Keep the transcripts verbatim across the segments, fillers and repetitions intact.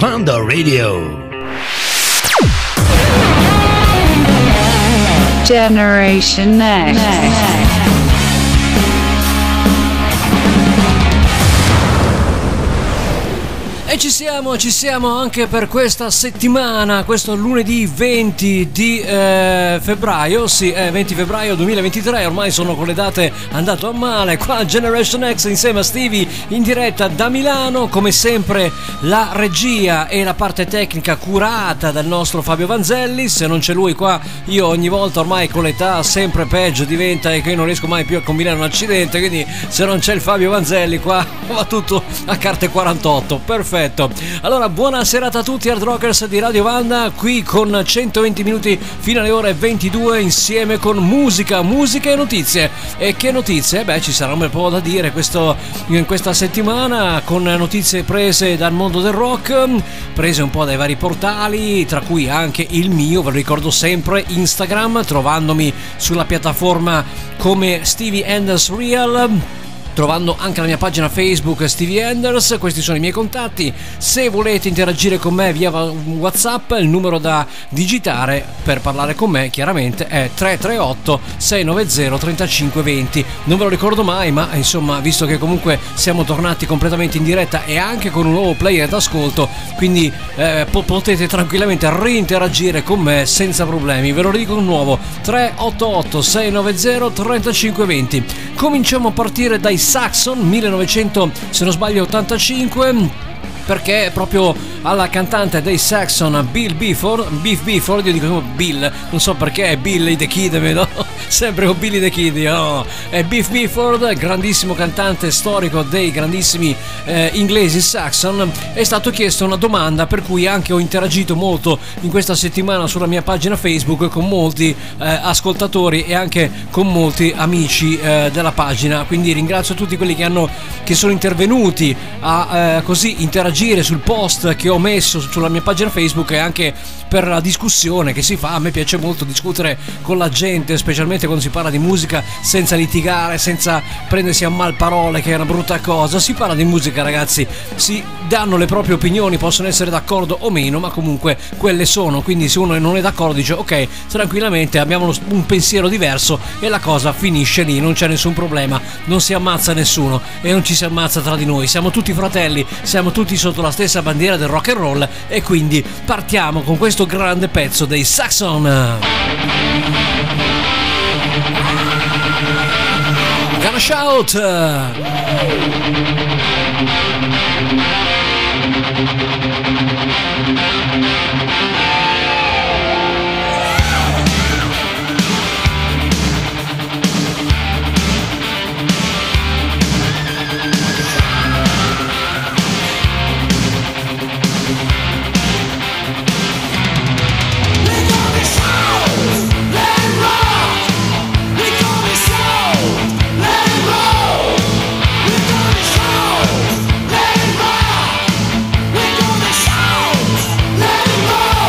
Vanda Radio. Generation Next. E ci siamo, ci siamo anche per questa settimana, questo lunedì venti di eh, febbraio, sì, eh, venti febbraio duemilaventitré, ormai sono con le date andato a male, qua Generation X insieme a Stevie in diretta da Milano, come sempre la regia e la parte tecnica curata dal nostro Fabio Vanzelli, se non c'è lui qua io ogni volta ormai con l'età sempre peggio diventa e che io non riesco mai più a combinare un accidente, quindi se non c'è il Fabio Vanzelli qua va tutto a carte quarantotto, perfetto. Allora, buona serata a tutti Hard Rockers di Radio Vanda, qui con centoventi minuti fino alle ore ventidue insieme con musica, musica e notizie. E che notizie? Beh, ci sarà un bel po' da dire questo, in questa settimana, con notizie prese dal mondo del rock, prese un po' dai vari portali, tra cui anche il mio, ve lo ricordo sempre, Instagram, trovandomi sulla piattaforma come Stevie Enders Real, trovando anche la mia pagina Facebook Stevie Enders. Questi sono i miei contatti. Se volete interagire con me via WhatsApp, il numero da digitare per parlare con me chiaramente è tre tre otto sei nove zero tre cinque due zero. Non ve lo ricordo mai, ma insomma, visto che comunque siamo tornati completamente in diretta e anche con un nuovo player d'ascolto, quindi eh, po- potete tranquillamente reinteragire con me senza problemi. Ve lo ridico di nuovo: tre otto otto sei nove zero tre cinque due zero. Cominciamo a partire dai Saxon, millenovecento, se non sbaglio, ottantacinque, perché proprio alla cantante dei Saxon, Bill Bifford, Biff Bifford, io dico Bill, non so perché è Billy the Kid, no? Sempre con Billy the Kid, no? È Biff Bifford, grandissimo cantante storico dei grandissimi eh, inglesi Saxon. È stato chiesto una domanda per cui anche ho interagito molto in questa settimana sulla mia pagina Facebook con molti eh, ascoltatori e anche con molti amici eh, della pagina, quindi ringrazio tutti quelli che hanno che sono intervenuti a eh, così interagire sul post che ho messo sulla mia pagina Facebook e anche per la discussione che si fa. A me piace molto discutere con la gente, specialmente quando si parla di musica, senza litigare, senza prendersi a mal parole, che è una brutta cosa. Si parla di musica, ragazzi, si danno le proprie opinioni, possono essere d'accordo o meno, ma comunque quelle sono, quindi se uno non è d'accordo dice ok, tranquillamente abbiamo un pensiero diverso e la cosa finisce lì, non c'è nessun problema, non si ammazza nessuno e non ci si ammazza tra di noi, siamo tutti fratelli, siamo tutti sotto la stessa bandiera del rock and roll, e quindi partiamo con questo grande pezzo dei Saxon. Gonna shout! Let it roll.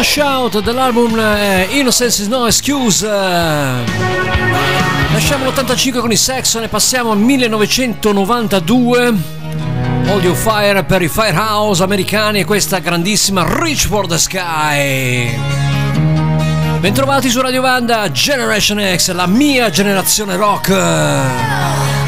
Flash Out dell'album eh, Innocence is No Excuse. Lasciamo l'ottantacinque con i Saxon e passiamo al millenovecentonovantadue. Hold Your Fire per i Firehouse americani e questa grandissima Reach for the Sky. Bentrovati su Radio Vanda, Generation X, la mia generazione rock.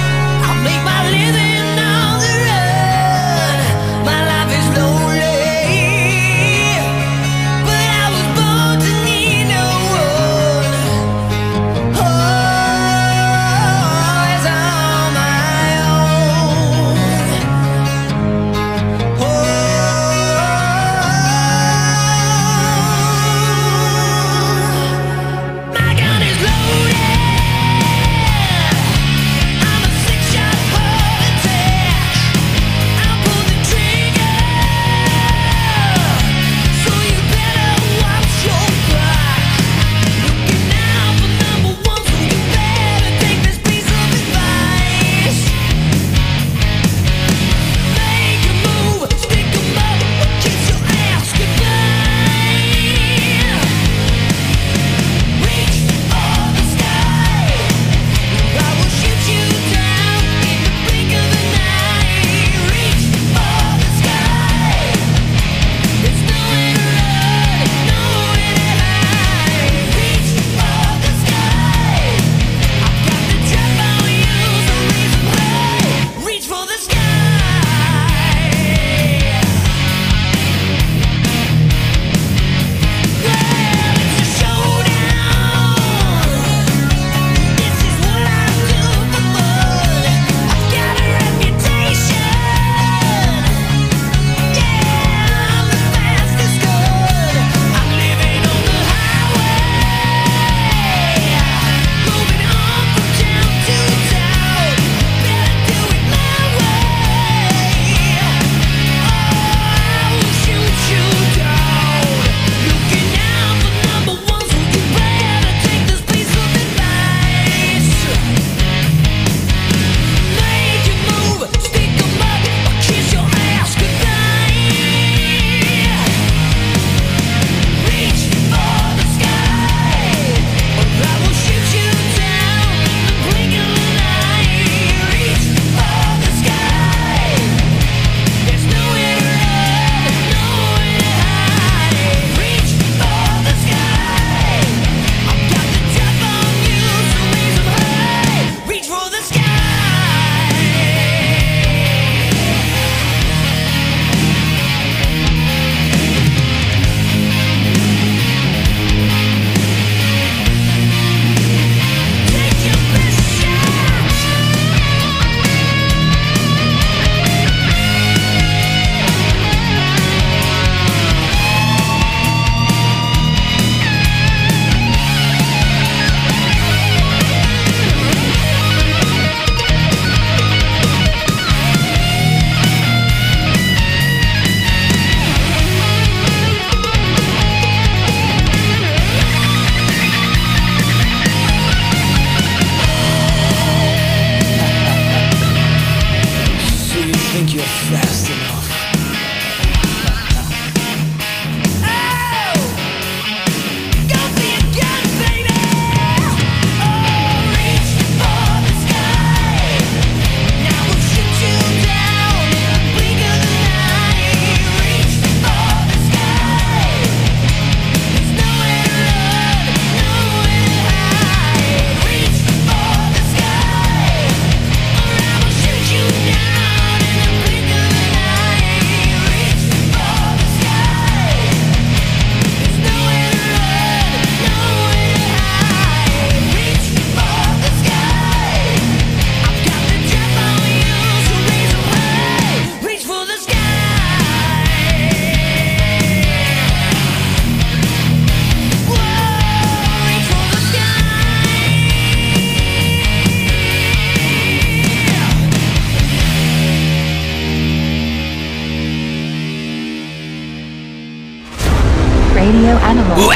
Radio Animal.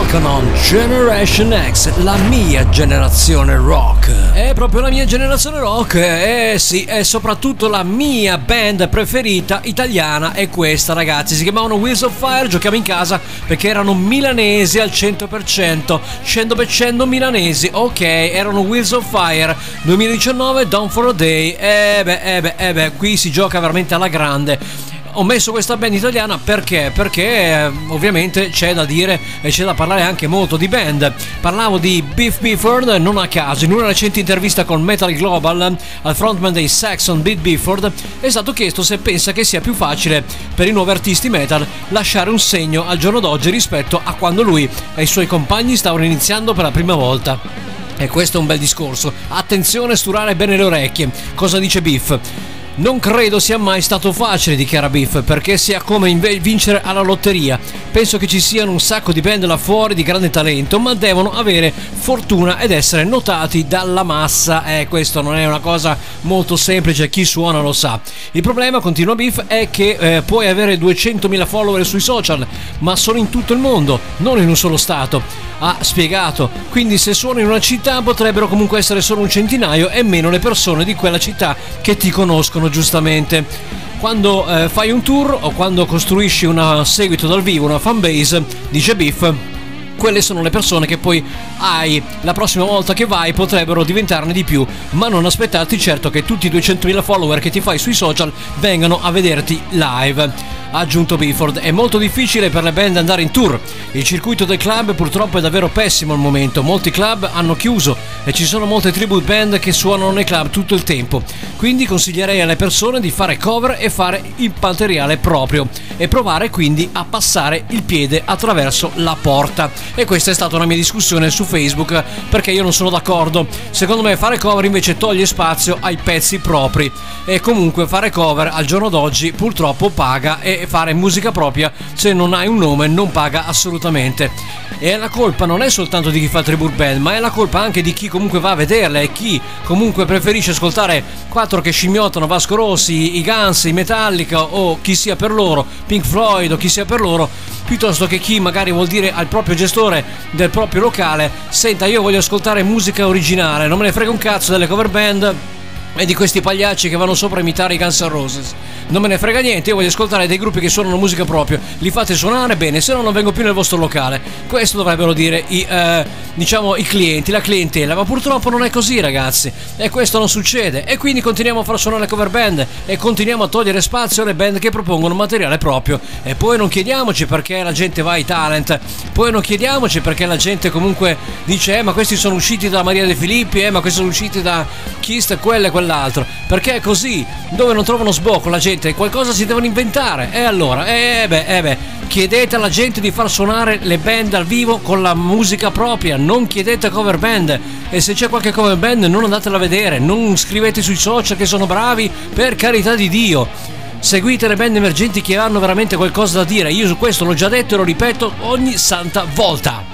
con Generation X, la mia generazione rock. È proprio la mia generazione rock, eh sì, è soprattutto la mia band preferita italiana è questa, ragazzi. Si chiamavano Wheels of Fire, giochiamo in casa perché erano milanesi al cento per cento, cento per cento milanesi, ok, erano Wheels of Fire, duemiladiciannove, Down for a Day, eh beh, eh beh, eh beh, qui si gioca veramente alla grande. Ho messo questa band italiana perché? Perché eh, ovviamente c'è da dire e c'è da parlare anche molto di band. Parlavo di Biff Bifford non a caso. In una recente intervista con Metal Global al frontman dei Saxon, Biff Bifford, è stato chiesto se pensa che sia più facile per i nuovi artisti metal lasciare un segno al giorno d'oggi rispetto a quando lui e i suoi compagni stavano iniziando per la prima volta. E questo è un bel discorso. Attenzione, sturare bene le orecchie. Cosa dice Biff? Non credo sia mai stato facile, dichiara Biff, perché sia come inve- vincere alla lotteria. Penso che ci siano un sacco di band là fuori di grande talento, ma devono avere fortuna ed essere notati dalla massa. Eh, questo non è una cosa molto semplice, chi suona lo sa. Il problema, continua Biff, è che eh, puoi avere duecentomila follower sui social, ma sono in tutto il mondo, non in un solo stato. Ha spiegato. Quindi se suoni in una città potrebbero comunque essere solo un centinaio e meno le persone di quella città che ti conoscono giustamente. Quando eh, fai un tour o quando costruisci un seguito dal vivo, una fanbase, dice Biff, quelle sono le persone che poi hai la prossima volta che vai, potrebbero diventarne di più, ma non aspettarti certo che tutti i duecentomila follower che ti fai sui social vengano a vederti live. Ha aggiunto Bifford, è molto difficile per le band andare in tour. Il circuito del club purtroppo è davvero pessimo al momento, molti club hanno chiuso e ci sono molte tribute band che suonano nei club tutto il tempo, quindi consiglierei alle persone di fare cover e fare il materiale proprio e provare quindi a passare il piede attraverso la porta. E questa è stata una mia discussione su Facebook, perché io non sono d'accordo. Secondo me fare cover invece toglie spazio ai pezzi propri, e comunque fare cover al giorno d'oggi purtroppo paga, e fare musica propria se non hai un nome non paga assolutamente. E la colpa non è soltanto di chi fa tribute band, ma è la colpa anche di chi comunque va a vederle e chi comunque preferisce ascoltare quattro che scimmiottano Vasco Rossi, i Guns, i Metallica o chi sia per loro, Pink Floyd o chi sia per loro, piuttosto che chi magari vuol dire al proprio gestore del proprio locale: senta, io voglio ascoltare musica originale, non me ne frega un cazzo delle cover band e di questi pagliacci che vanno sopra a imitare i Guns N' Roses, non me ne frega niente, io voglio ascoltare dei gruppi che suonano musica propria, li fate suonare bene, se no non vengo più nel vostro locale. Questo dovrebbero dire i, eh, diciamo, i clienti, la clientela, ma purtroppo non è così, ragazzi, e questo non succede, e quindi continuiamo a far suonare le cover band e continuiamo a togliere spazio alle band che propongono materiale proprio. E poi non chiediamoci perché la gente va ai talent, poi non chiediamoci perché la gente comunque dice eh ma questi sono usciti da Maria De Filippi, eh ma questi sono usciti da Kiss, quello e quell'altro, perché è così, dove non trovano sbocco la gente qualcosa si devono inventare. E allora, eh beh, eh beh, chiedete alla gente di far suonare le band dal vivo con la musica propria, non chiedete cover band, e se c'è qualche cover band non andatela a vedere, non scrivete sui social che sono bravi, per carità di Dio. Seguite le band emergenti che hanno veramente qualcosa da dire, io su questo l'ho già detto e lo ripeto ogni santa volta.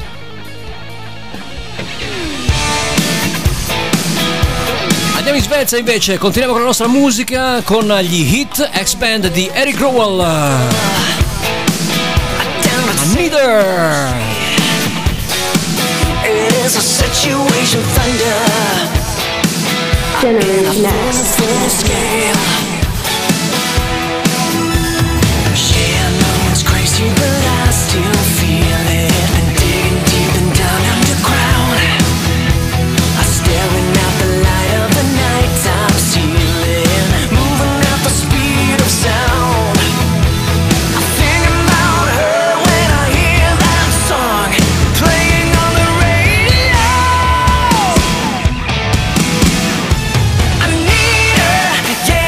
Andiamo in Svezia invece, continuiamo con la nostra musica con gli Hit X-Band di Eric Growell. Neither. Generation X. Yeah.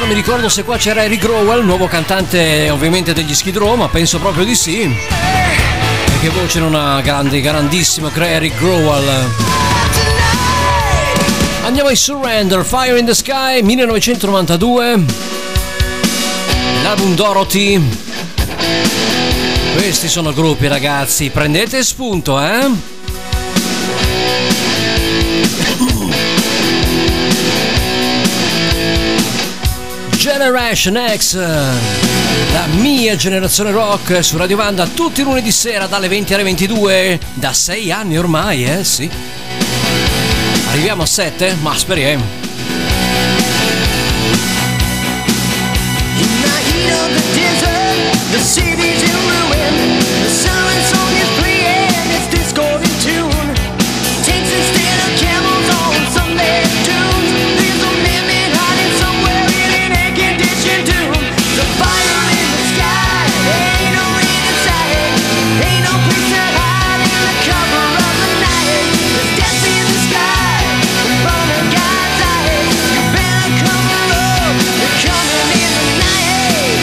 non mi ricordo se qua c'era Eric Growell, nuovo cantante ovviamente degli Skid Row, ma penso proprio di sì. E che voce non ha, grande, grandissimo Eric Growell. Andiamo ai Surrender, Fire in the Sky, millenovecentonovantadue, l'album Dorothy. Questi sono gruppi, ragazzi, prendete spunto, eh? Generation X, la mia generazione rock su Radio Vanda tutti i lunedì sera dalle venti alle ventidue, da sei anni ormai, eh sì. Arriviamo a sette, ma speriamo. In the heat of the desert, the city's in ruin. The siren song is playing its discordant tune. Tanks instead of camels on Sunday dunes. There's a man hiding somewhere in an air-conditioned tomb. The fire in the sky, ain't no rain inside. Ain't no place to hide in the cover of the night. There's death in the sky, the burn of God's eyes. You better come along, you're coming in the night.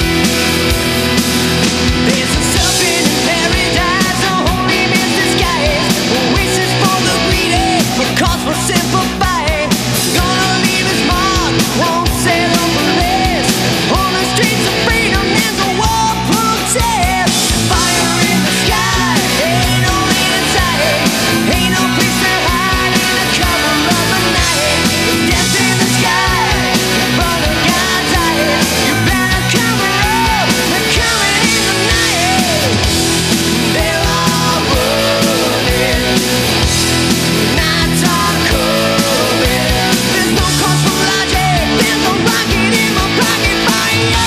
There's a serpent in paradise, a holy man's disguise. Oasis for the greedy, a cause for simple buying. Gonna leave his mark, won't settle for less. On the streets of freedom, there's a war protest. Fire in the sky, ain't no rain inside. Ain't no place to hide in the cover of the night. There's death in the sky, the burn of God's eyes. You better cover up, they're coming in the night. They're all running, nights are coming. There's no cause for logic, there's no rocket in my pocket by you.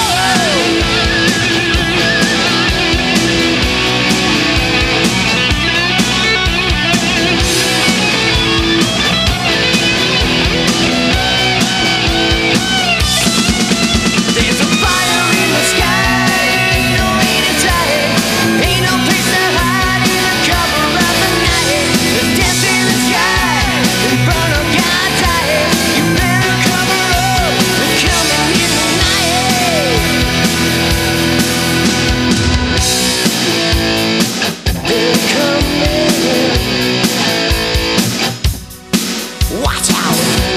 There's a fire in the sky, ain't no rain inside. Ain't no place to hide in the cover of the night. There's death in the sky, the burn of God's eyes. You better cover up, they're coming in the night. They're coming. Watch out.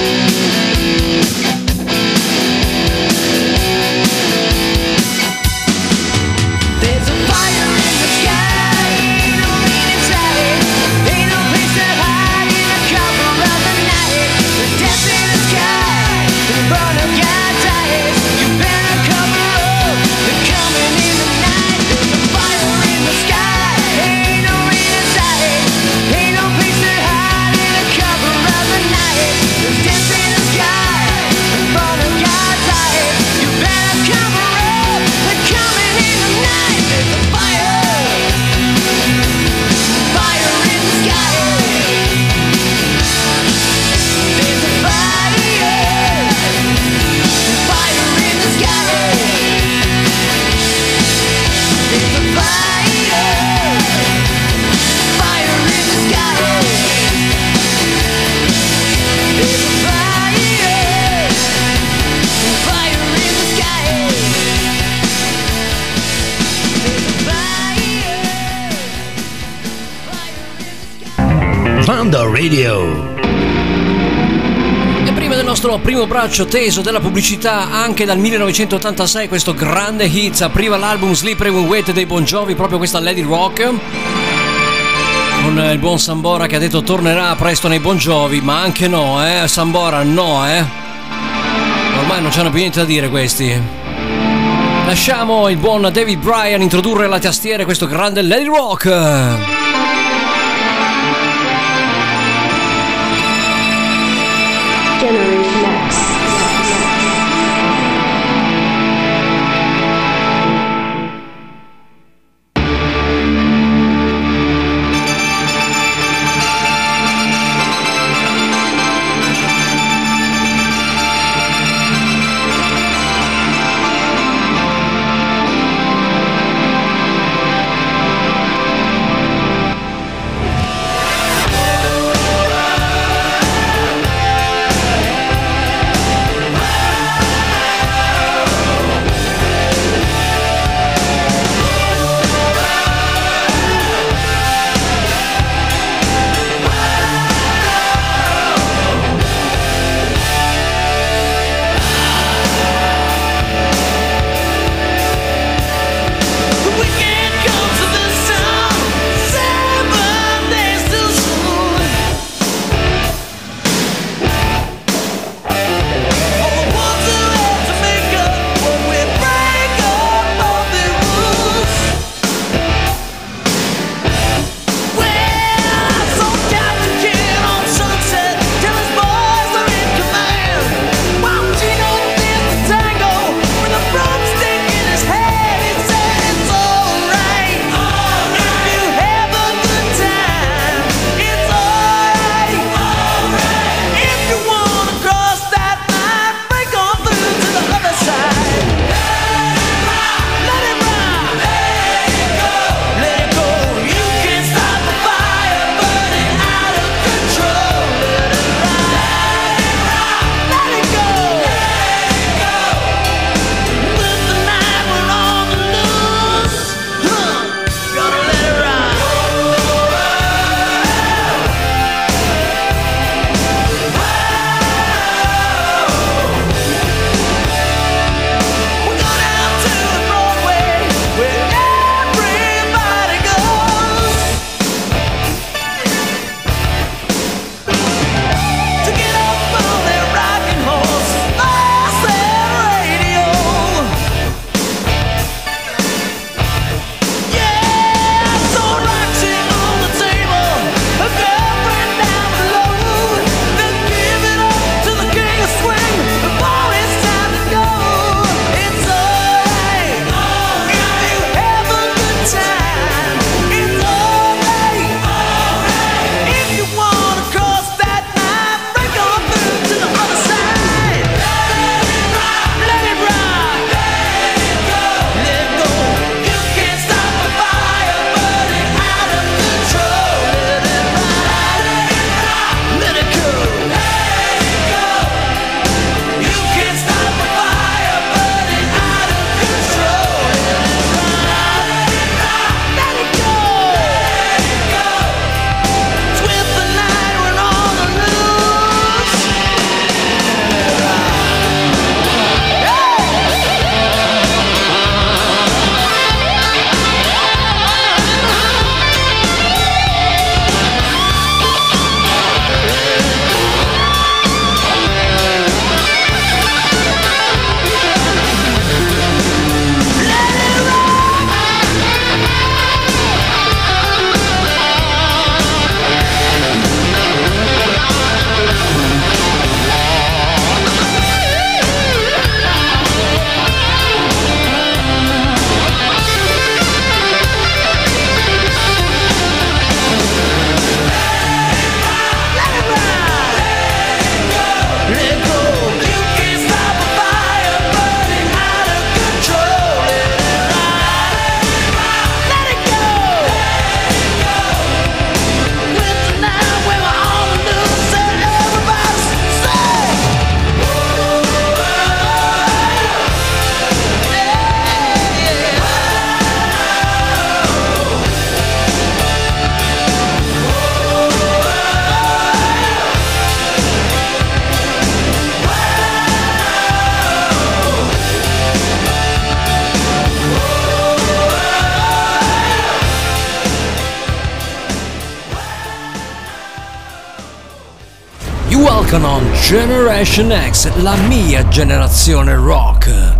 There's a fire in the sky, ain't no rain inside. Ain't no place to hide in the cover of the night. There's death in the sky, the burn of God's eyes. You better cover up, they're coming in the night. There's a fire in the sky, ain't no rain inside. Ain't no place to hide in the cover of the night. There's death in the sky, the burn of God's eyes. You better cover up, they're coming in the night. There's a fire, fire in the sky. There's a fire, fire in the sky. There's a fire, fire in the sky. There's a fire, fire in the sky. There's a fire, fire in the sky. Vanda Radio. E prima del nostro primo braccio teso della pubblicità, anche dal millenovecentottantasei questo grande hit apriva l'album Slippery When Wet dei Bon Jovi, proprio questa Lady Rock, con il buon Sambora che ha detto tornerà presto nei Bon Jovi, ma anche no, eh, Sambora no, eh. Ormai non c'hanno più niente da dire questi. Lasciamo il buon David Bryan introdurre alla tastiera questo grande Lady Rock. Generation X. Welcome on Generation X, la mia generazione rock.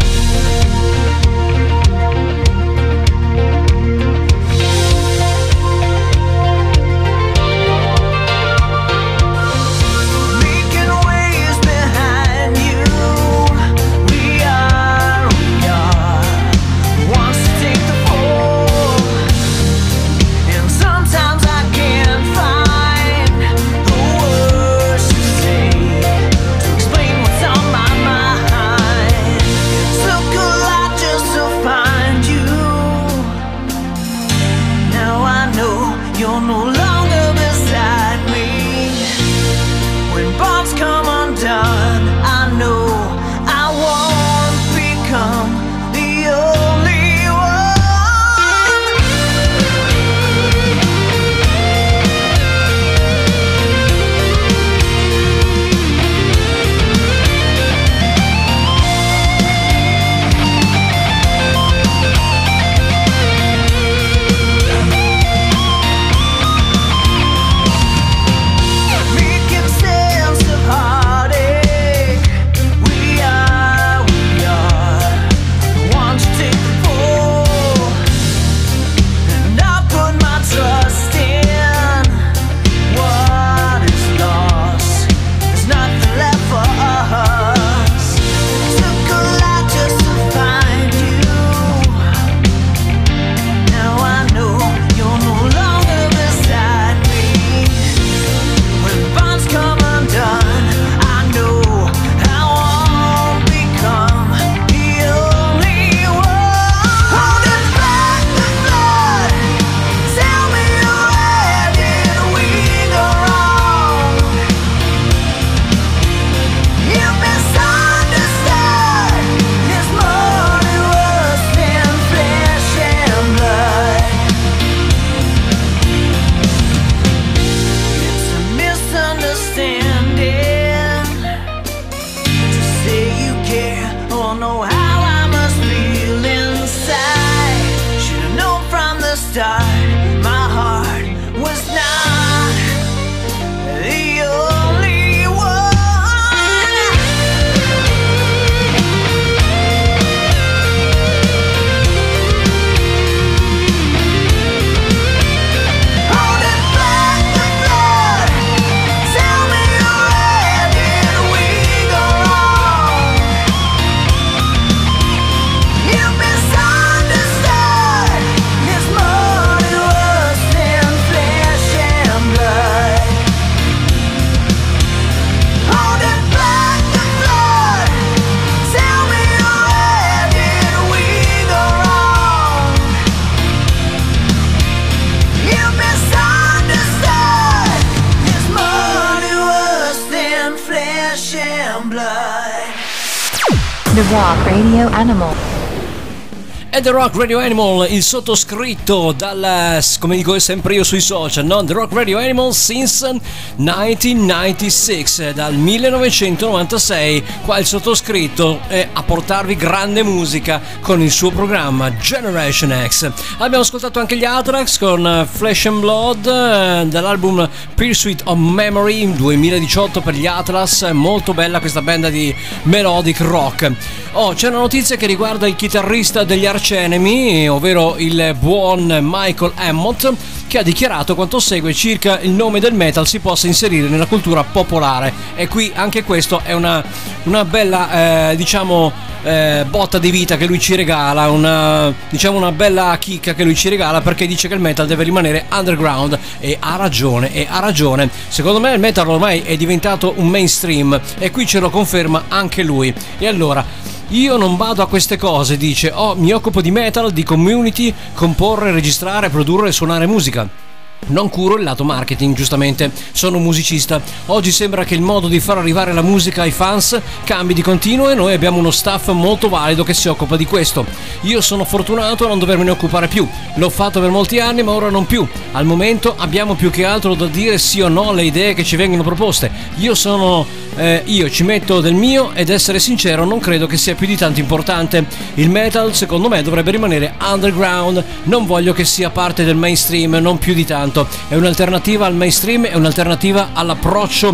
The Rock Radio Animal. E The Rock Radio Animal, il sottoscritto dal, come dico sempre io sui social, no? The Rock Radio Animal since millenovecentonovantasei, dal millenovecentonovantasei, qua il sottoscritto è a portarvi grande musica con il suo programma Generation X. Abbiamo ascoltato anche gli Atrax con Flesh and Blood dall'album Pursuit of Memory duemiladiciotto per gli Atlas, molto bella questa band di melodic rock. Oh, c'è una notizia che riguarda il chitarrista degli Arch Enemy, ovvero il buon Michael Amott, che ha dichiarato quanto segue circa il nome del metal si possa inserire nella cultura popolare. E qui anche questo è una, una bella eh, diciamo eh, botta di vita che lui ci regala, una, diciamo una bella chicca che lui ci regala, perché dice che il metal deve rimanere underground, e ha ragione, e ha ragione. Secondo me il metal ormai è diventato un mainstream e qui ce lo conferma anche lui. E allora io non vado a queste cose, dice, oh, mi occupo di metal, di community, comporre, registrare, produrre e suonare musica. Non curo il lato marketing, giustamente, sono un musicista. Oggi sembra che il modo di far arrivare la musica ai fans cambi di continuo e noi abbiamo uno staff molto valido che si occupa di questo. Io sono fortunato a non dovermene occupare più, l'ho fatto per molti anni ma ora non più. Al momento abbiamo più che altro da dire sì o no alle idee che ci vengono proposte. Io sono... Eh, io ci metto del mio ed essere sincero non credo che sia più di tanto importante. Il metal secondo me dovrebbe rimanere underground, non voglio che sia parte del mainstream, non più di tanto. È un'alternativa al mainstream, è un'alternativa all'approccio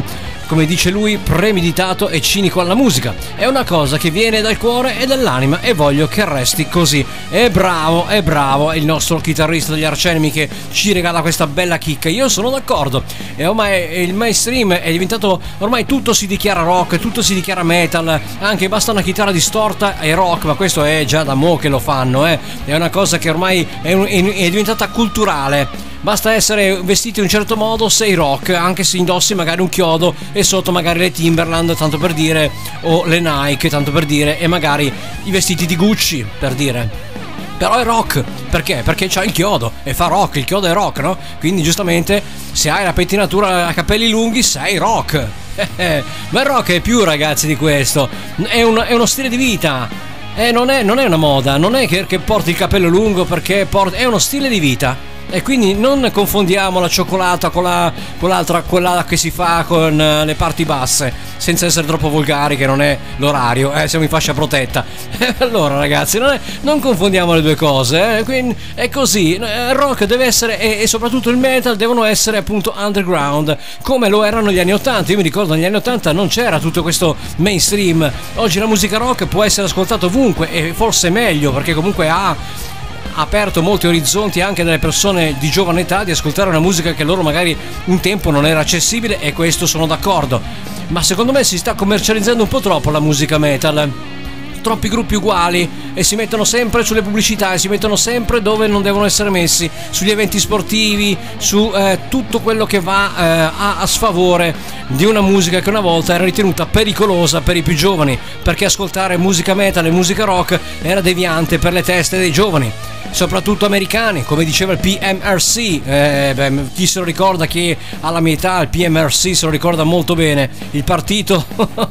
come dice lui, premeditato e cinico alla musica. È una cosa che viene dal cuore e dall'anima e voglio che resti così. È bravo, è bravo, è il nostro chitarrista degli Arcenemi che ci regala questa bella chicca. Io sono d'accordo. E ormai il mainstream è diventato, ormai tutto si dichiara rock, tutto si dichiara metal, anche basta una chitarra distorta e rock, ma questo è già da mo' che lo fanno, eh. È una cosa che ormai è, un, è diventata culturale. Basta essere vestiti in un certo modo, sei rock, anche se indossi magari un chiodo e sotto magari le Timberland, tanto per dire, o le Nike, tanto per dire, e magari i vestiti di Gucci, per dire. Però è rock, perché? Perché c'ha il chiodo e fa rock, il chiodo è rock, no? Quindi giustamente se hai la pettinatura a capelli lunghi sei rock. Ma il rock è più, ragazzi, di questo, è, un, è uno stile di vita. Eh, non, è, non è una moda, non è che, che porti il capello lungo perché porti, è uno stile di vita. E quindi non confondiamo la cioccolata con, la, con l'altra, quella che si fa con uh, le parti basse, senza essere troppo volgari, che non è l'orario, eh, siamo in fascia protetta. Allora ragazzi, non, è, non confondiamo le due cose, eh, quindi è così, il rock deve essere, e, e soprattutto il metal devono essere appunto underground, come lo erano negli anni ottanta. Io mi ricordo negli anni ottanta non c'era tutto questo mainstream. Oggi la musica rock può essere ascoltata ovunque e forse meglio, perché comunque ha aperto molti orizzonti anche delle persone di giovane età di ascoltare una musica che loro magari un tempo non era accessibile, e questo sono d'accordo. Ma secondo me si sta commercializzando un po' troppo la musica metal. Troppi gruppi uguali e si mettono sempre sulle pubblicità e si mettono sempre dove non devono essere messi, sugli eventi sportivi, su eh, tutto quello che va eh, a, a sfavore di una musica che una volta era ritenuta pericolosa per i più giovani, perché ascoltare musica metal e musica rock era deviante per le teste dei giovani, soprattutto americani, come diceva il P M R C. Eh, beh, chi se lo ricorda, chi ha la mia età, il P M R C se lo ricorda molto bene, il partito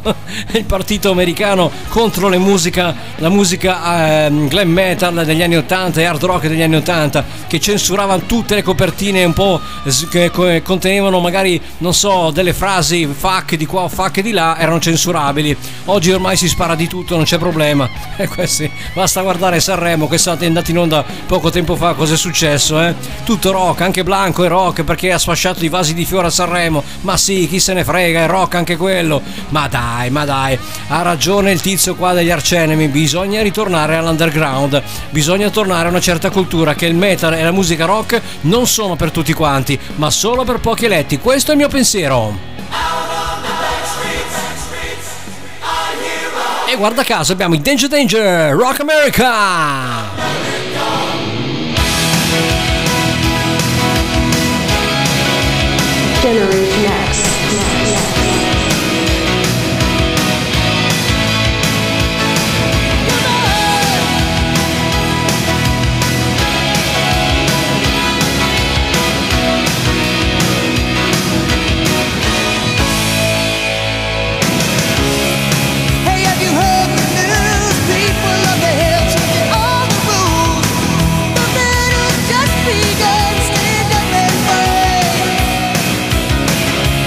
il partito americano contro le musica, la musica eh, glam metal degli anni ottanta e hard rock degli anni ottanta, che censuravano tutte le copertine un po' che contenevano magari, non so, delle frasi fuck di qua o fuck di là, erano censurabili. Oggi ormai si spara di tutto, non c'è problema. E questi, basta guardare Sanremo, che è andato in onda poco tempo fa, cosa è successo, eh? Tutto rock, anche Blanco è rock perché ha sfasciato i vasi di fiore a Sanremo. Ma sì, chi se ne frega, è rock anche quello. Ma dai, ma dai, ha ragione il tizio qua degli Arcenemi, bisogna ritornare all'underground, bisogna tornare a una certa cultura, che il metal e la musica rock non sono per tutti quanti, ma solo per pochi eletti. Questo è il mio pensiero. E guarda caso abbiamo i Danger Danger, Rock America! Generation X. Hey, have you heard the news? People of the hill changing all the rules. The battle's just begun. Stand up and fight.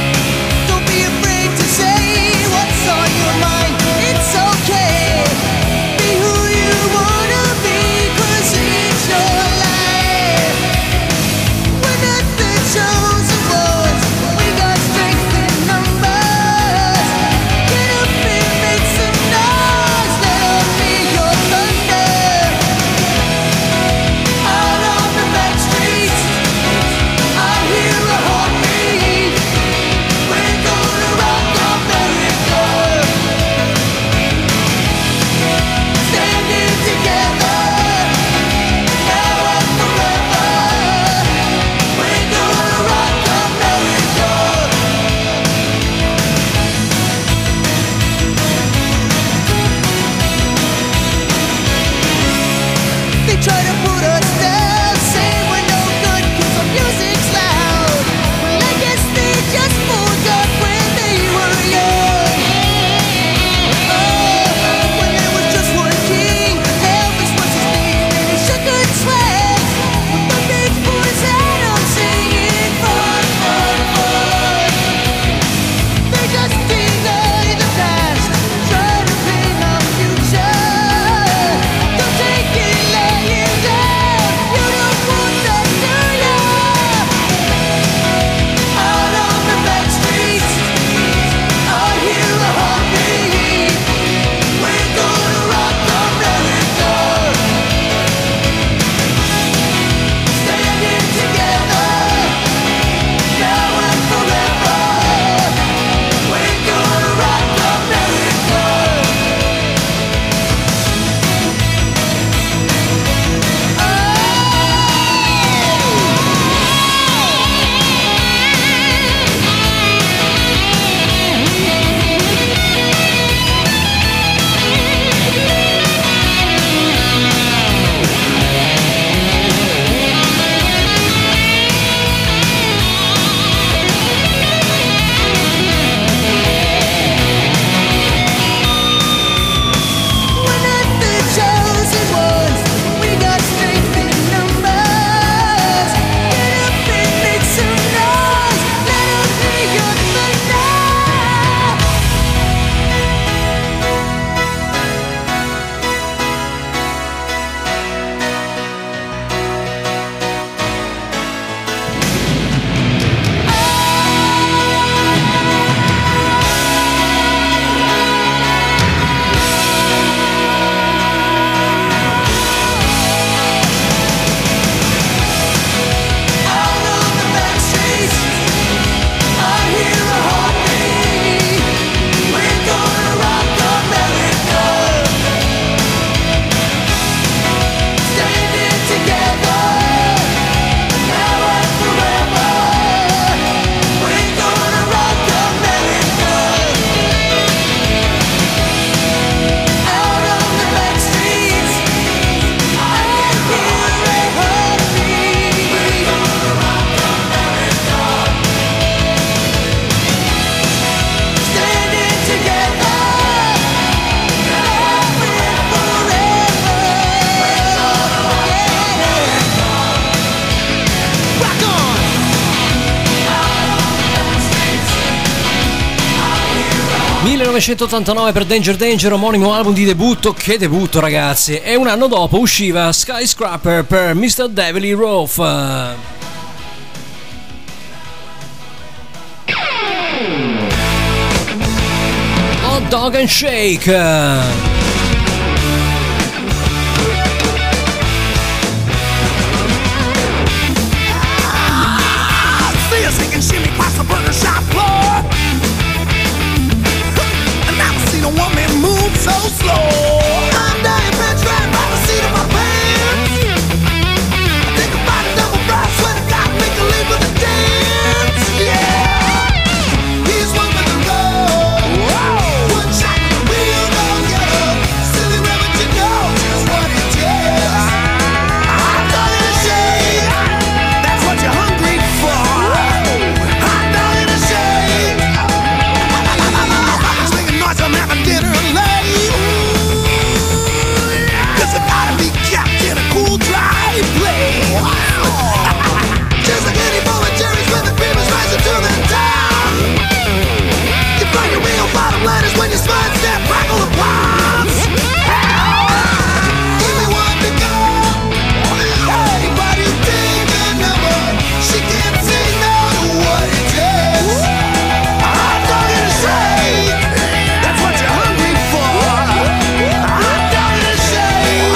millenovecentottantanove per Danger Danger, omonimo album di debutto. Che debutto, ragazzi! E un anno dopo usciva Skyscraper per mister David Lee Roth. Hot Dog and Shake. Shimmy across the burger shop floor. And I've seen a woman move so slow. I'm dying French right by the seat of my pants. I think about a double fry, sweat and God, make a leap of the dance. Yeah, he's one with the road. One shot, we'll go get up. Silly rabbit, you know just what it takes. I'm gonna shake. That's what you're hungry for. I'm having dinner late. Cause I gotta be kept in a cool, dry place. Just like any bowl of cherries when the cream is rising to the top. You find your real bottom liners when you smudge that crackle the pops. Give me one to go. Anybody take a number? She can't say no to what it takes. I'm talking to say what you're hungry for. I'm down in shade.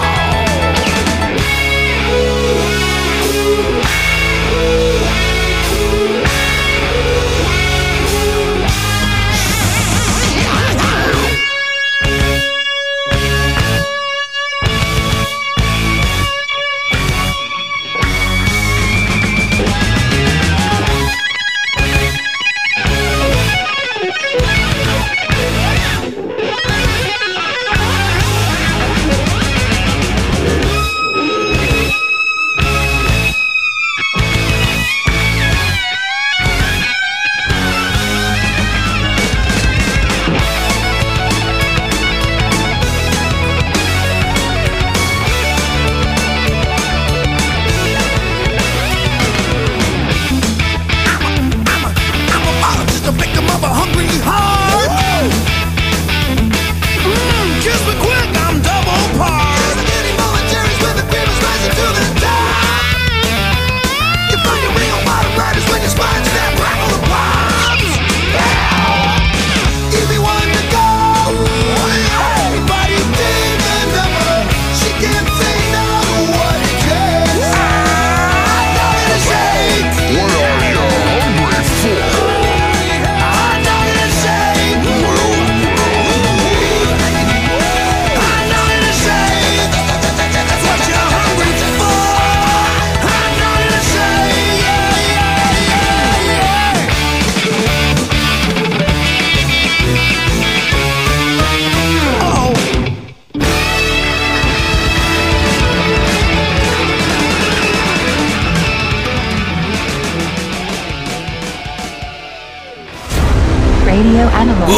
Radio Animal.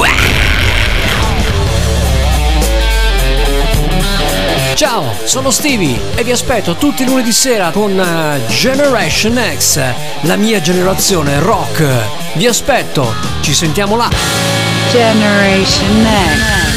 Ciao, sono Stevie e vi aspetto tutti i lunedì sera con uh, Generation X, la mia generazione rock. Vi aspetto, ci sentiamo là. Generation Next.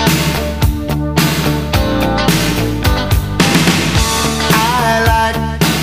I like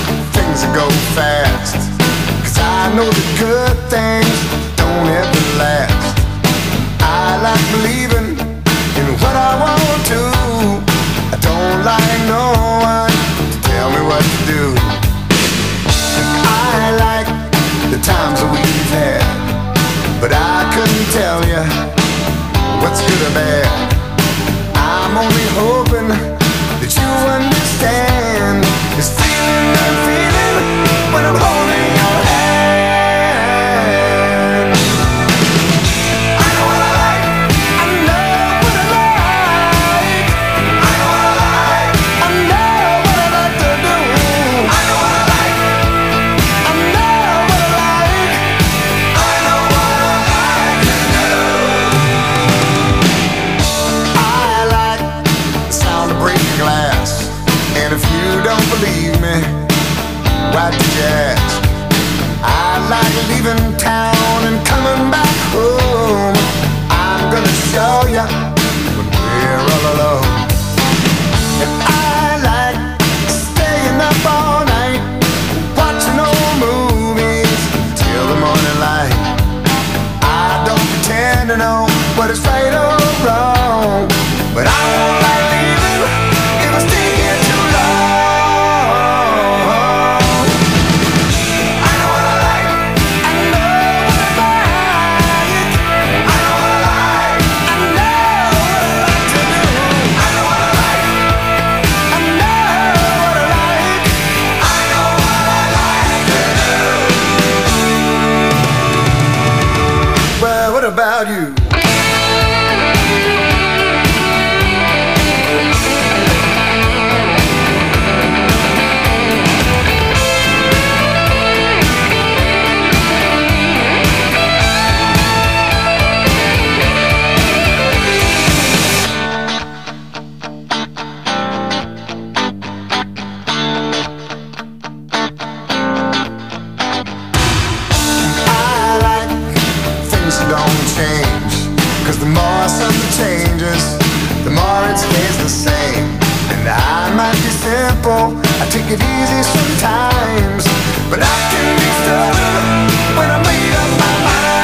believe me, why did you ask? I like leaving town and coming back home. I'm gonna show ya when we're all alone. And I like staying up all night, watching old movies till the morning light. I don't pretend to know what is right or wrong, but I won't like leaving if it's taking too long. I know what I like, I know what I like, I know what I like, I know what I like to do. I know what I like, I know what I like, I know what I like to do. Well, what about you? The more something changes, the more it stays the same. And I might be simple, I take it easy sometimes, but I can be stubborn when I made up my mind.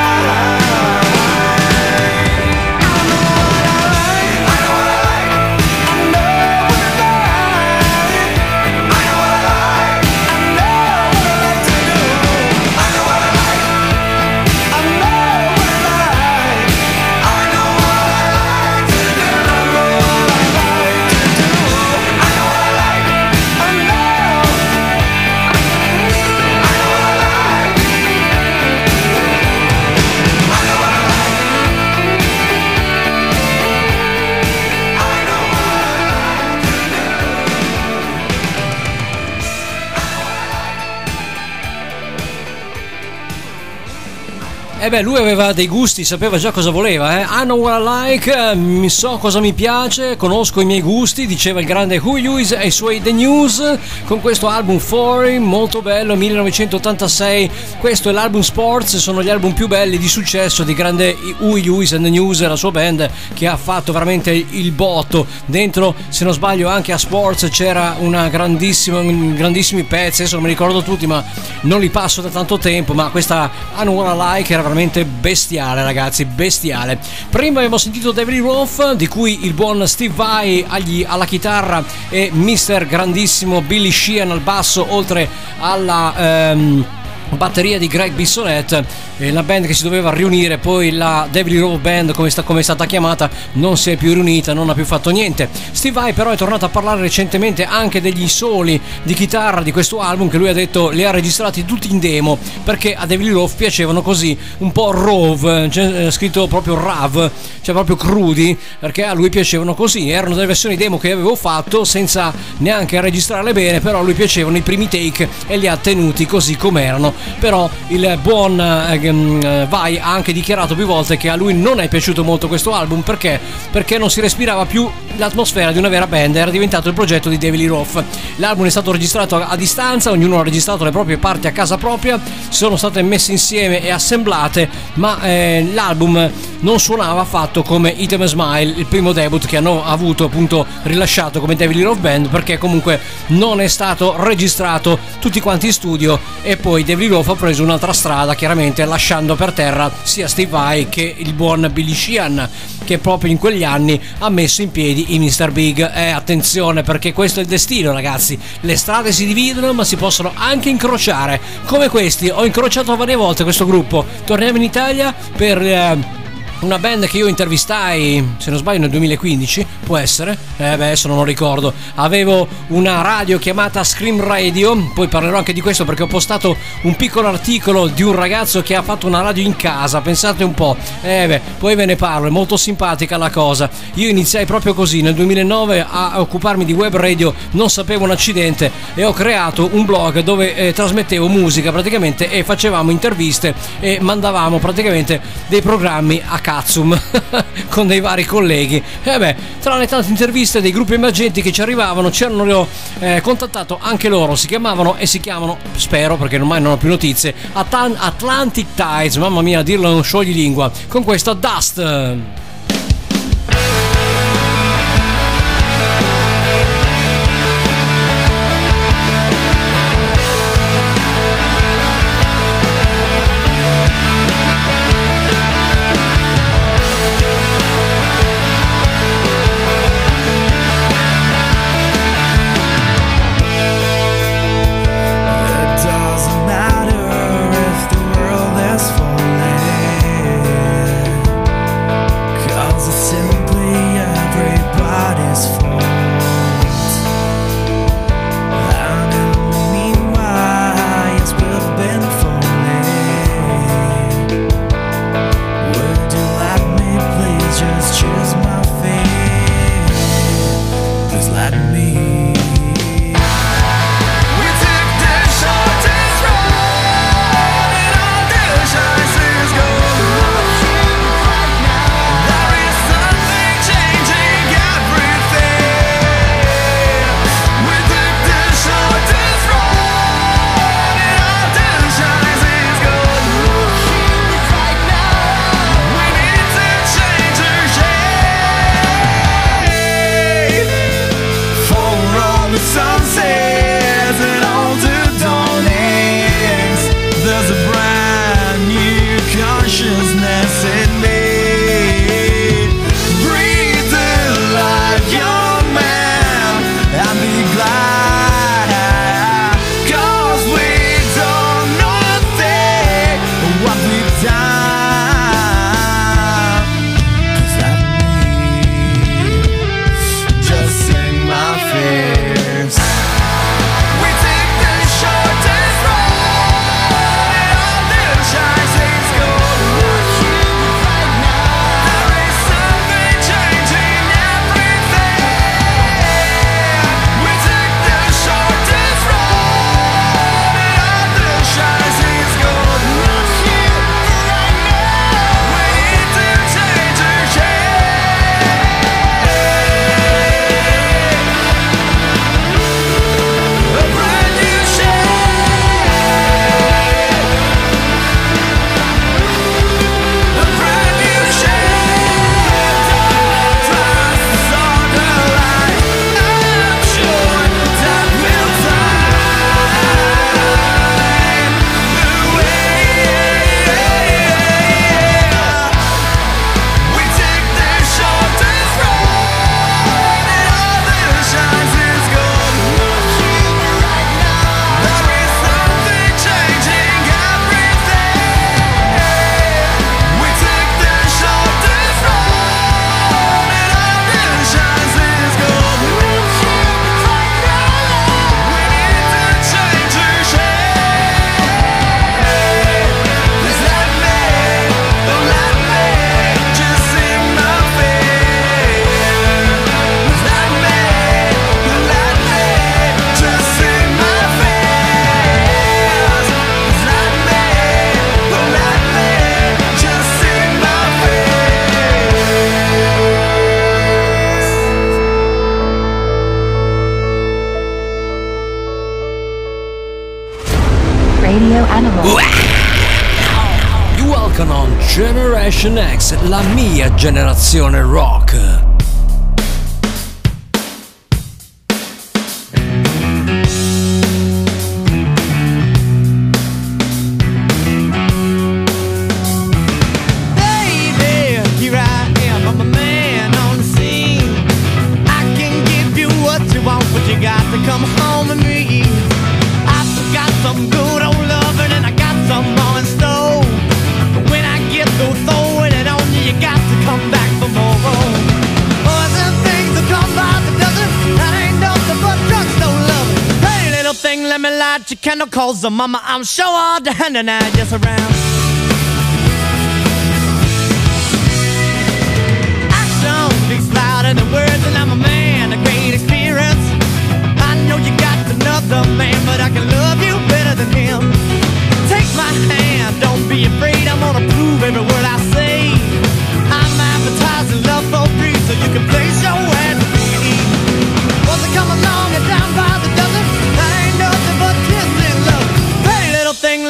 I know what I like, I know what I like, I know what I like, I know what I like, I know what I like to do. I know what I like, I know what I like. Eh beh, lui aveva dei gusti, sapeva già cosa voleva, eh. I know what I like, mi so cosa mi piace, conosco i miei gusti, diceva il grande Huey Lewis e i suoi The News, con questo album Foreign, molto bello, millenovecentottantasei. Questo è l'album Sports, sono gli album più belli di successo di grande Huey Lewis and the News e la sua band, che ha fatto veramente il botto. Dentro, se non sbaglio, anche a Sports c'era una grandissima, grandissimi pezzi, adesso non mi ricordo tutti, ma non li passo da tanto tempo, ma questa I know what I like era veramente bestiale, ragazzi, bestiale. Prima abbiamo sentito David Lee Roth, di cui il buon Steve Vai agli, alla chitarra e mister grandissimo Billy Sheehan al basso, oltre alla ehm, batteria di Greg Bissonette. La band che si doveva riunire, poi la David Lee Roth Band, come, sta, come è stata chiamata, non si è più riunita, non ha più fatto niente. Steve Vai però è tornato a parlare recentemente anche degli soli di chitarra di questo album, che lui ha detto li ha registrati tutti in demo, perché a David Lee Roth piacevano così, un po' raw, c'è scritto proprio rav, cioè proprio crudi, perché a lui piacevano così. Erano delle versioni demo che avevo fatto senza neanche registrarle bene, però a lui piacevano i primi take e li ha tenuti così com'erano. Però il buon eh, Vai ha anche dichiarato più volte che a lui non è piaciuto molto questo album, perché perché non si respirava più l'atmosfera di una vera band, era diventato il progetto di David Lee Roth. L'album è stato registrato a, a distanza, ognuno ha registrato le proprie parti a casa propria, sono state messe insieme e assemblate, ma eh, l'album non suonava affatto come Eat 'em a Smile, il primo debut che hanno avuto appunto rilasciato come David Lee Roth Band, perché comunque non è stato registrato tutti quanti in studio, e poi David Lee Roth ha preso un'altra strada, chiaramente lasciando per terra sia Steve Vai che il buon Billy Sheehan, che proprio in quegli anni ha messo in piedi i mister Big. Eh, attenzione, perché questo è il destino, ragazzi, le strade si dividono ma si possono anche incrociare, come questi. Ho incrociato varie volte questo gruppo. Torniamo in Italia per eh, una band che io intervistai, se non sbaglio nel duemilaquindici, può essere, eh beh adesso non lo ricordo. Avevo una radio chiamata Scream Radio, poi parlerò anche di questo perché ho postato un piccolo articolo di un ragazzo che ha fatto una radio in casa, pensate un po'. Eh beh, poi ve ne parlo, è molto simpatica la cosa. Io iniziai proprio così nel duemilanove a occuparmi di web radio, non sapevo un accidente, e ho creato un blog dove eh, trasmettevo musica praticamente, e facevamo interviste e mandavamo praticamente dei programmi a Cazzum con dei vari colleghi. E beh, tra le tante interviste dei gruppi emergenti che ci arrivavano, ci hanno eh, contattato anche loro. Si chiamavano e si chiamano, spero perché ormai non ho più notizie, At- Atlantic Tides. Mamma mia, a dirlo è un scioglilingua. Con questo Dust. Radio Animal. You welcome on Generation X, la mia generazione rock. Your candle calls the mama, I'm sure all the hand and I just around. Action speaks louder than words, and I'm a man, a great experience. I know you got another man, but I can love you better than him. Take my hand, don't be afraid, I'm gonna prove every word I say.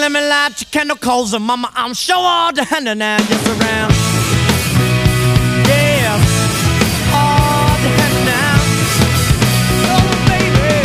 let me light your candle, cause uh, mama, I'm sure all the hand now just around. Yeah, all the hand now. Oh baby,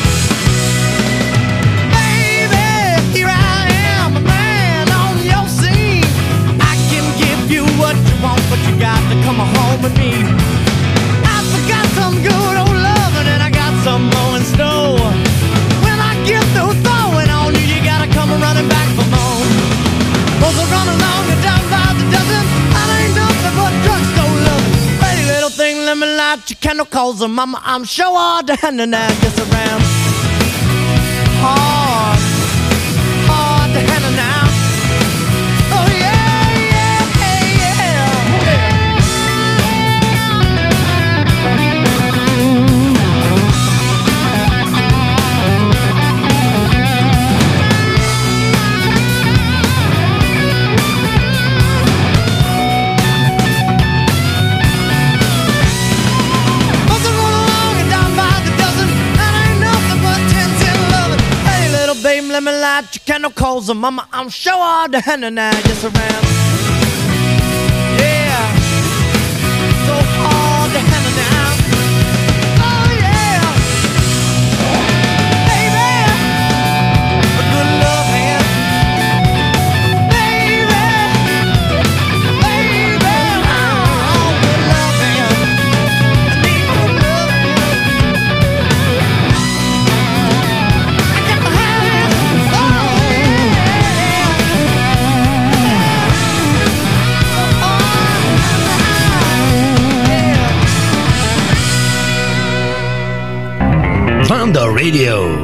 baby, here I am, a man on your scene. I can give you what you want, but you got to come home with me. I forgot some good old loving and I got some more in store. When I get through throwing on you, you gotta come running back for more. Those are running along and down by the dozen. I ain't nothing but drugstore loving. Pretty little thing, let me light your candle, cause uh, mama, I'm sure all the hand and that gets around. Hard, hard to handle now. Oh yeah, yeah, yeah, yeah. Let me light your candle, cause uh, mama, I'm sure all the hand and I just around. Yeah, so hard to handle now. Oh yeah, baby, a good love hand. Baby, baby, oh, good love hand. I need good love hand. I got the hand. Thunder Radio.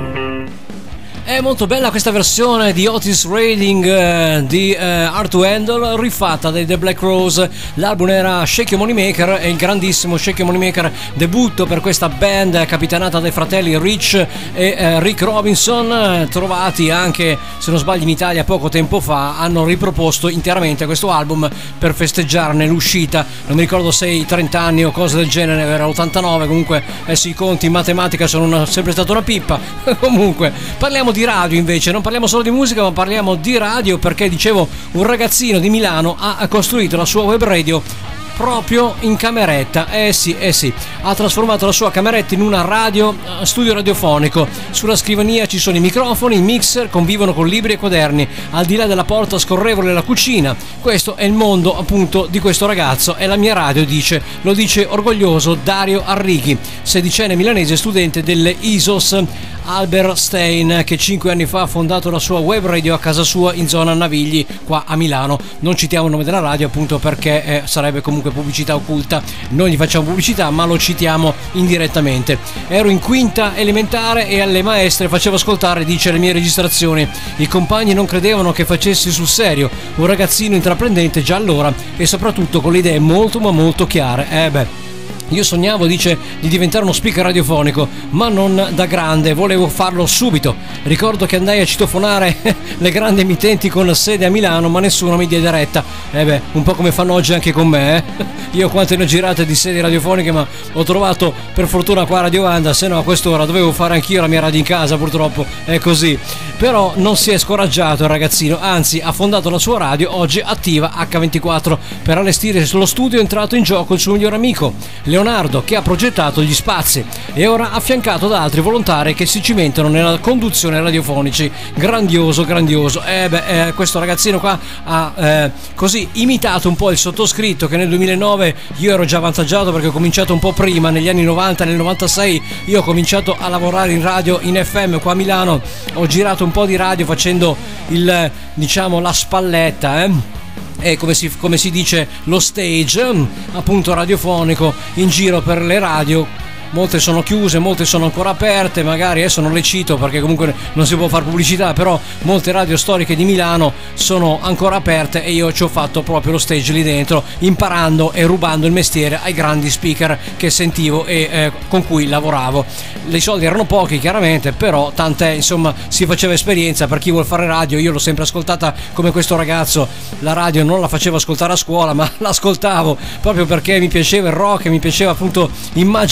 È molto bella questa versione di Otis Redding eh, di eh, Hard to Handle, rifatta dai The Black Rose. L'album era Shake Your Moneymaker e il grandissimo Shake Your Moneymaker, debutto per questa band capitanata dai fratelli Rich e eh, Rick Robinson, eh, trovati anche, se non sbaglio, in Italia poco tempo fa. Hanno riproposto interamente questo album per festeggiarne l'uscita, non mi ricordo se i trenta anni o cose del genere, era l'ottantanove, comunque adesso i conti in matematica sono una, sempre stata una pippa. Comunque parliamo di radio invece, non parliamo solo di musica ma parliamo di radio, perché dicevo un ragazzino di Milano ha costruito la sua web radio proprio in cameretta. Eh sì, eh sì, ha trasformato la sua cameretta in una radio, studio radiofonico. Sulla scrivania ci sono i microfoni, i mixer, convivono con libri e quaderni. Al di là della porta scorrevole la cucina. Questo è il mondo appunto di questo ragazzo. È la mia radio, dice, lo dice orgoglioso Dario Arrighi, sedicenne milanese, studente delle I S O S Albert Stein, che cinque anni fa ha fondato la sua web radio a casa sua in zona Navigli, qua a Milano. Non citiamo il nome della radio appunto perché eh, sarebbe comunque pubblicità occulta. Non gli facciamo pubblicità ma lo citiamo indirettamente. Ero in quinta elementare e alle maestre facevo ascoltare, dice, le mie registrazioni. I compagni non credevano che facessi sul serio. Un ragazzino intraprendente già allora e soprattutto con le idee molto ma molto chiare. Eh beh, io sognavo, dice, di diventare uno speaker radiofonico, ma non da grande, volevo farlo subito. Ricordo che andai a citofonare le grandi emittenti con sede a Milano, ma nessuno mi diede retta. Eh beh, un po' come fanno oggi anche con me, eh? Io quante ne ho girate di sedi radiofoniche, ma ho trovato per fortuna qua Radio Wanda, se no a quest'ora dovevo fare anch'io la mia radio in casa, purtroppo è così. Però non si è scoraggiato il ragazzino, anzi ha fondato la sua radio, oggi attiva acca ventiquattro. Per allestire lo studio è entrato in gioco il suo migliore amico Leonardo, che ha progettato gli spazi e ora affiancato da altri volontari che si cimentano nella conduzione radiofonici. Grandioso, grandioso. Eh beh, eh, questo ragazzino qua ha eh, così imitato un po' il sottoscritto, che nel duemilanove io ero già avvantaggiato perché ho cominciato un po' prima, negli anni novanta, nel novantasei io ho cominciato a lavorare in radio in F M qua a Milano. Ho girato un po' di radio facendo il, diciamo, la spalletta, eh e come si, come si dice lo stage appunto radiofonico in giro per le radio. Molte sono chiuse, molte sono ancora aperte, magari adesso non le cito perché comunque non si può fare pubblicità, però molte radio storiche di Milano sono ancora aperte e io ci ho fatto proprio lo stage lì dentro, imparando e rubando il mestiere ai grandi speaker che sentivo e eh, con cui lavoravo. I soldi erano pochi chiaramente, però tant'è, insomma, si faceva esperienza per chi vuol fare radio. Io l'ho sempre ascoltata come questo ragazzo, la radio non la facevo ascoltare a scuola ma l'ascoltavo proprio perché mi piaceva il rock e mi piaceva appunto immaginare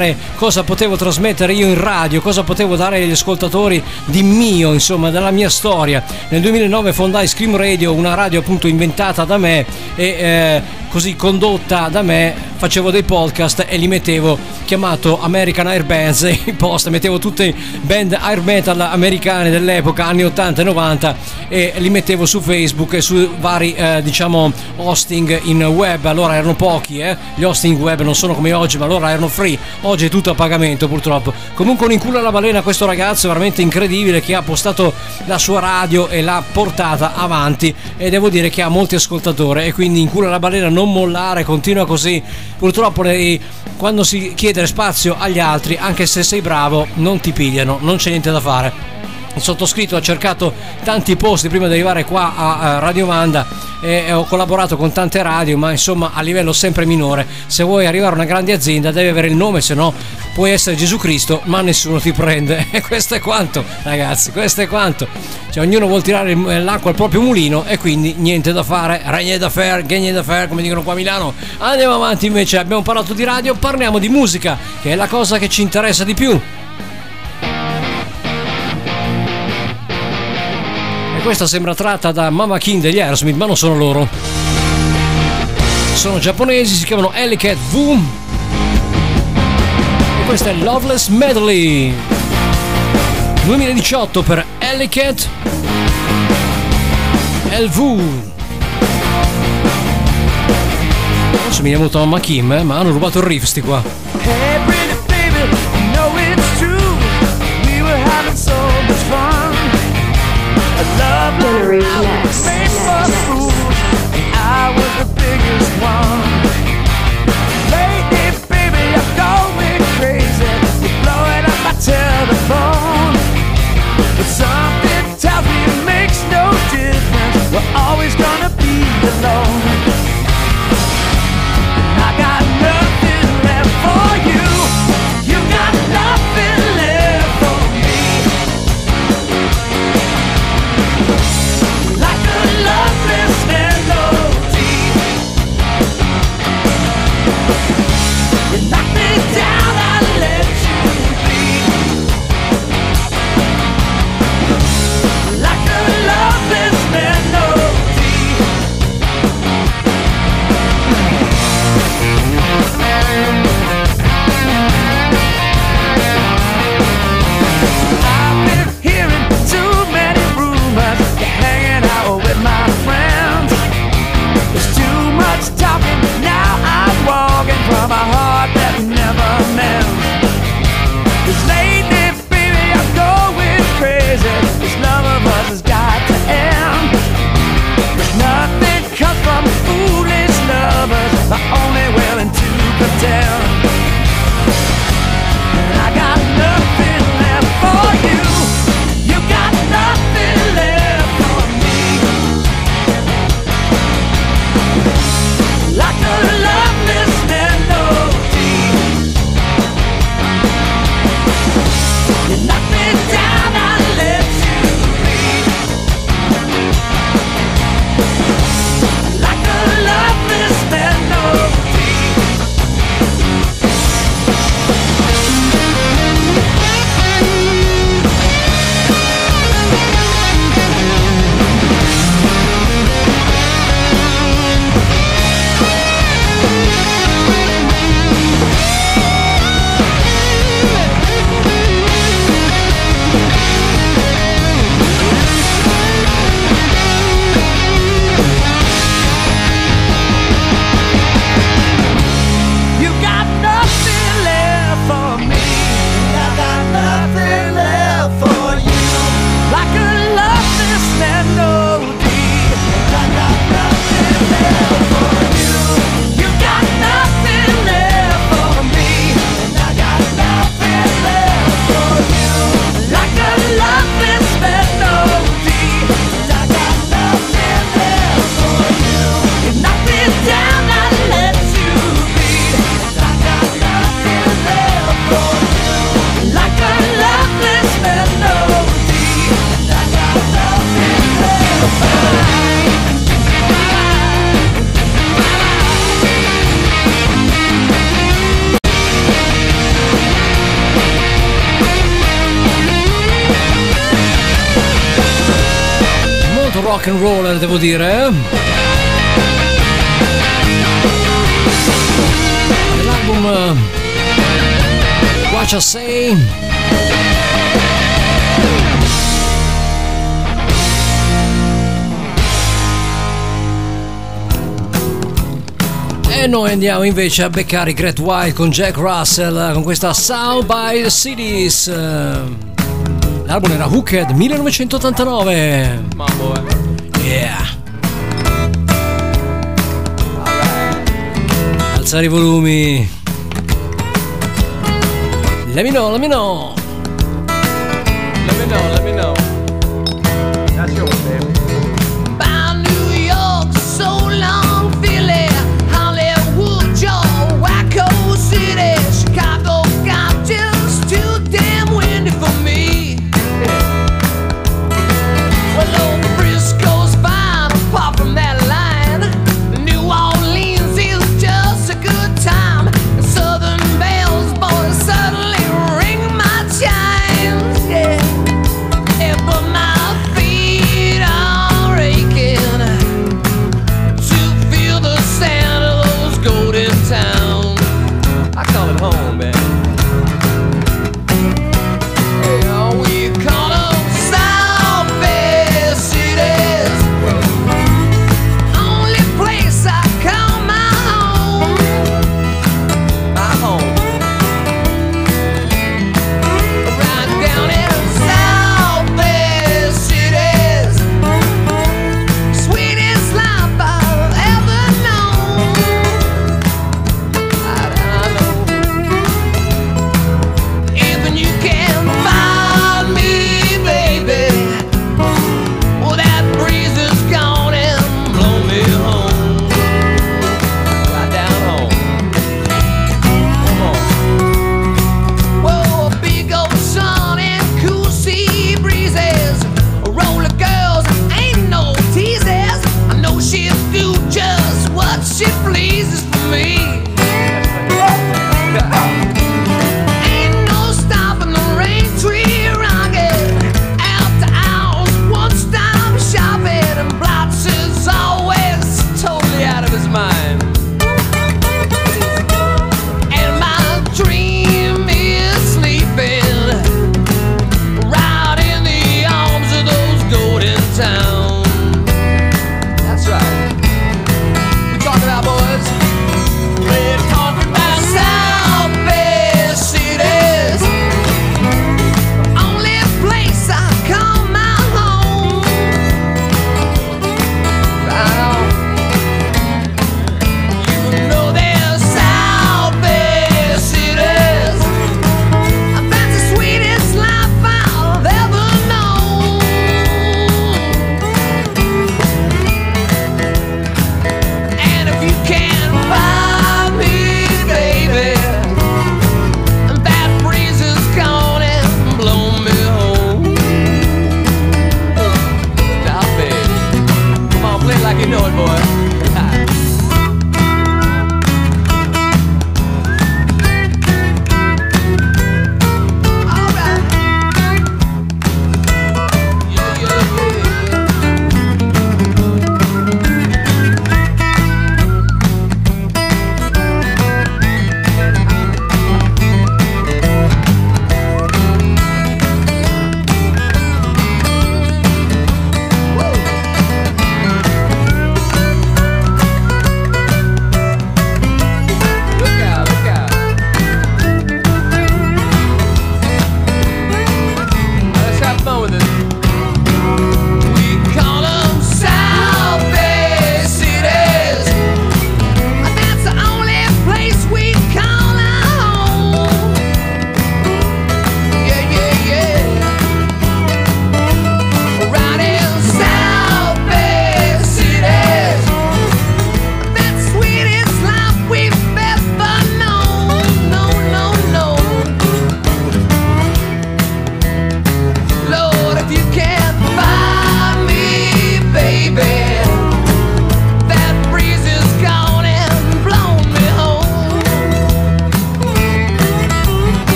immaginare cosa potevo trasmettere io in radio, cosa potevo dare agli ascoltatori di mio, insomma, della mia storia. Nel duemilanove fondai Scream Radio, una radio appunto inventata da me e eh, così condotta da me. Facevo dei podcast e li mettevo, chiamato American Air Bands, in post mettevo tutte band air metal americane dell'epoca, anni ottanta e novanta, e li mettevo su Facebook e su vari eh, diciamo hosting in web. Allora erano pochi, eh? Gli hosting web non sono come oggi, ma allora erano free. Oggi è tutto a pagamento purtroppo. Comunque un in culo alla balena questo ragazzo veramente incredibile, che ha postato la sua radio e l'ha portata avanti, e devo dire che ha molti ascoltatori, e quindi in culo alla balena, non mollare, continua così. Purtroppo lei, quando si chiede spazio agli altri, anche se sei bravo, non ti pigliano, non c'è niente da fare. Il sottoscritto ha cercato tanti posti prima di arrivare qua a Radio Manda e ho collaborato con tante radio, ma insomma a livello sempre minore. Se vuoi arrivare a una grande azienda devi avere il nome, se no puoi essere Gesù Cristo ma nessuno ti prende. E questo è quanto, ragazzi, questo è quanto. Cioè ognuno vuol tirare l'acqua al proprio mulino e quindi niente da fare, regne da faire, gagne da faire, come dicono qua a Milano. Andiamo avanti invece, abbiamo parlato di radio, parliamo di musica, che è la cosa che ci interessa di più. Questa sembra tratta da Mama King degli Aerosmith, ma non sono loro. Sono giapponesi, si chiamano Ellie Vu. E questa è Loveless Medley duemiladiciotto per Ellie Vu. Adesso mi è venuto Mama Kim, eh, ma hanno rubato il riff sti qua. Hey pretty baby, you know it's true. We were having so much fun. A love Generation X. made for fools, and I was the biggest one. Lately, baby, you're going crazy. You're blowing up my telephone. But something tells me it makes no difference. We're always gonna be alone. And I got nothing left for molto rock and roller, devo dire. L'album uh, What You Say. E noi andiamo invece a beccare i Great White con Jack Russell con questa South by the Cities. L'album era Hooked millenovecentottantanove. Mambo, eh. Yeah. Alzare i volumi. Let me know, let me know. Let me know, let me know. That's yours, baby. Bound New York, so long, Philly, Hollywood, Joe, Waco City, Chicago got just too damn windy for me. Well, old Frisco's fine, apart from that line. New Orleans is just a good time. Southern bells, boy, suddenly ring my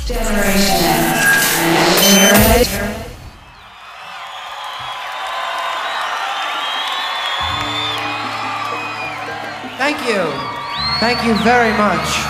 Thank you. Thank you very much.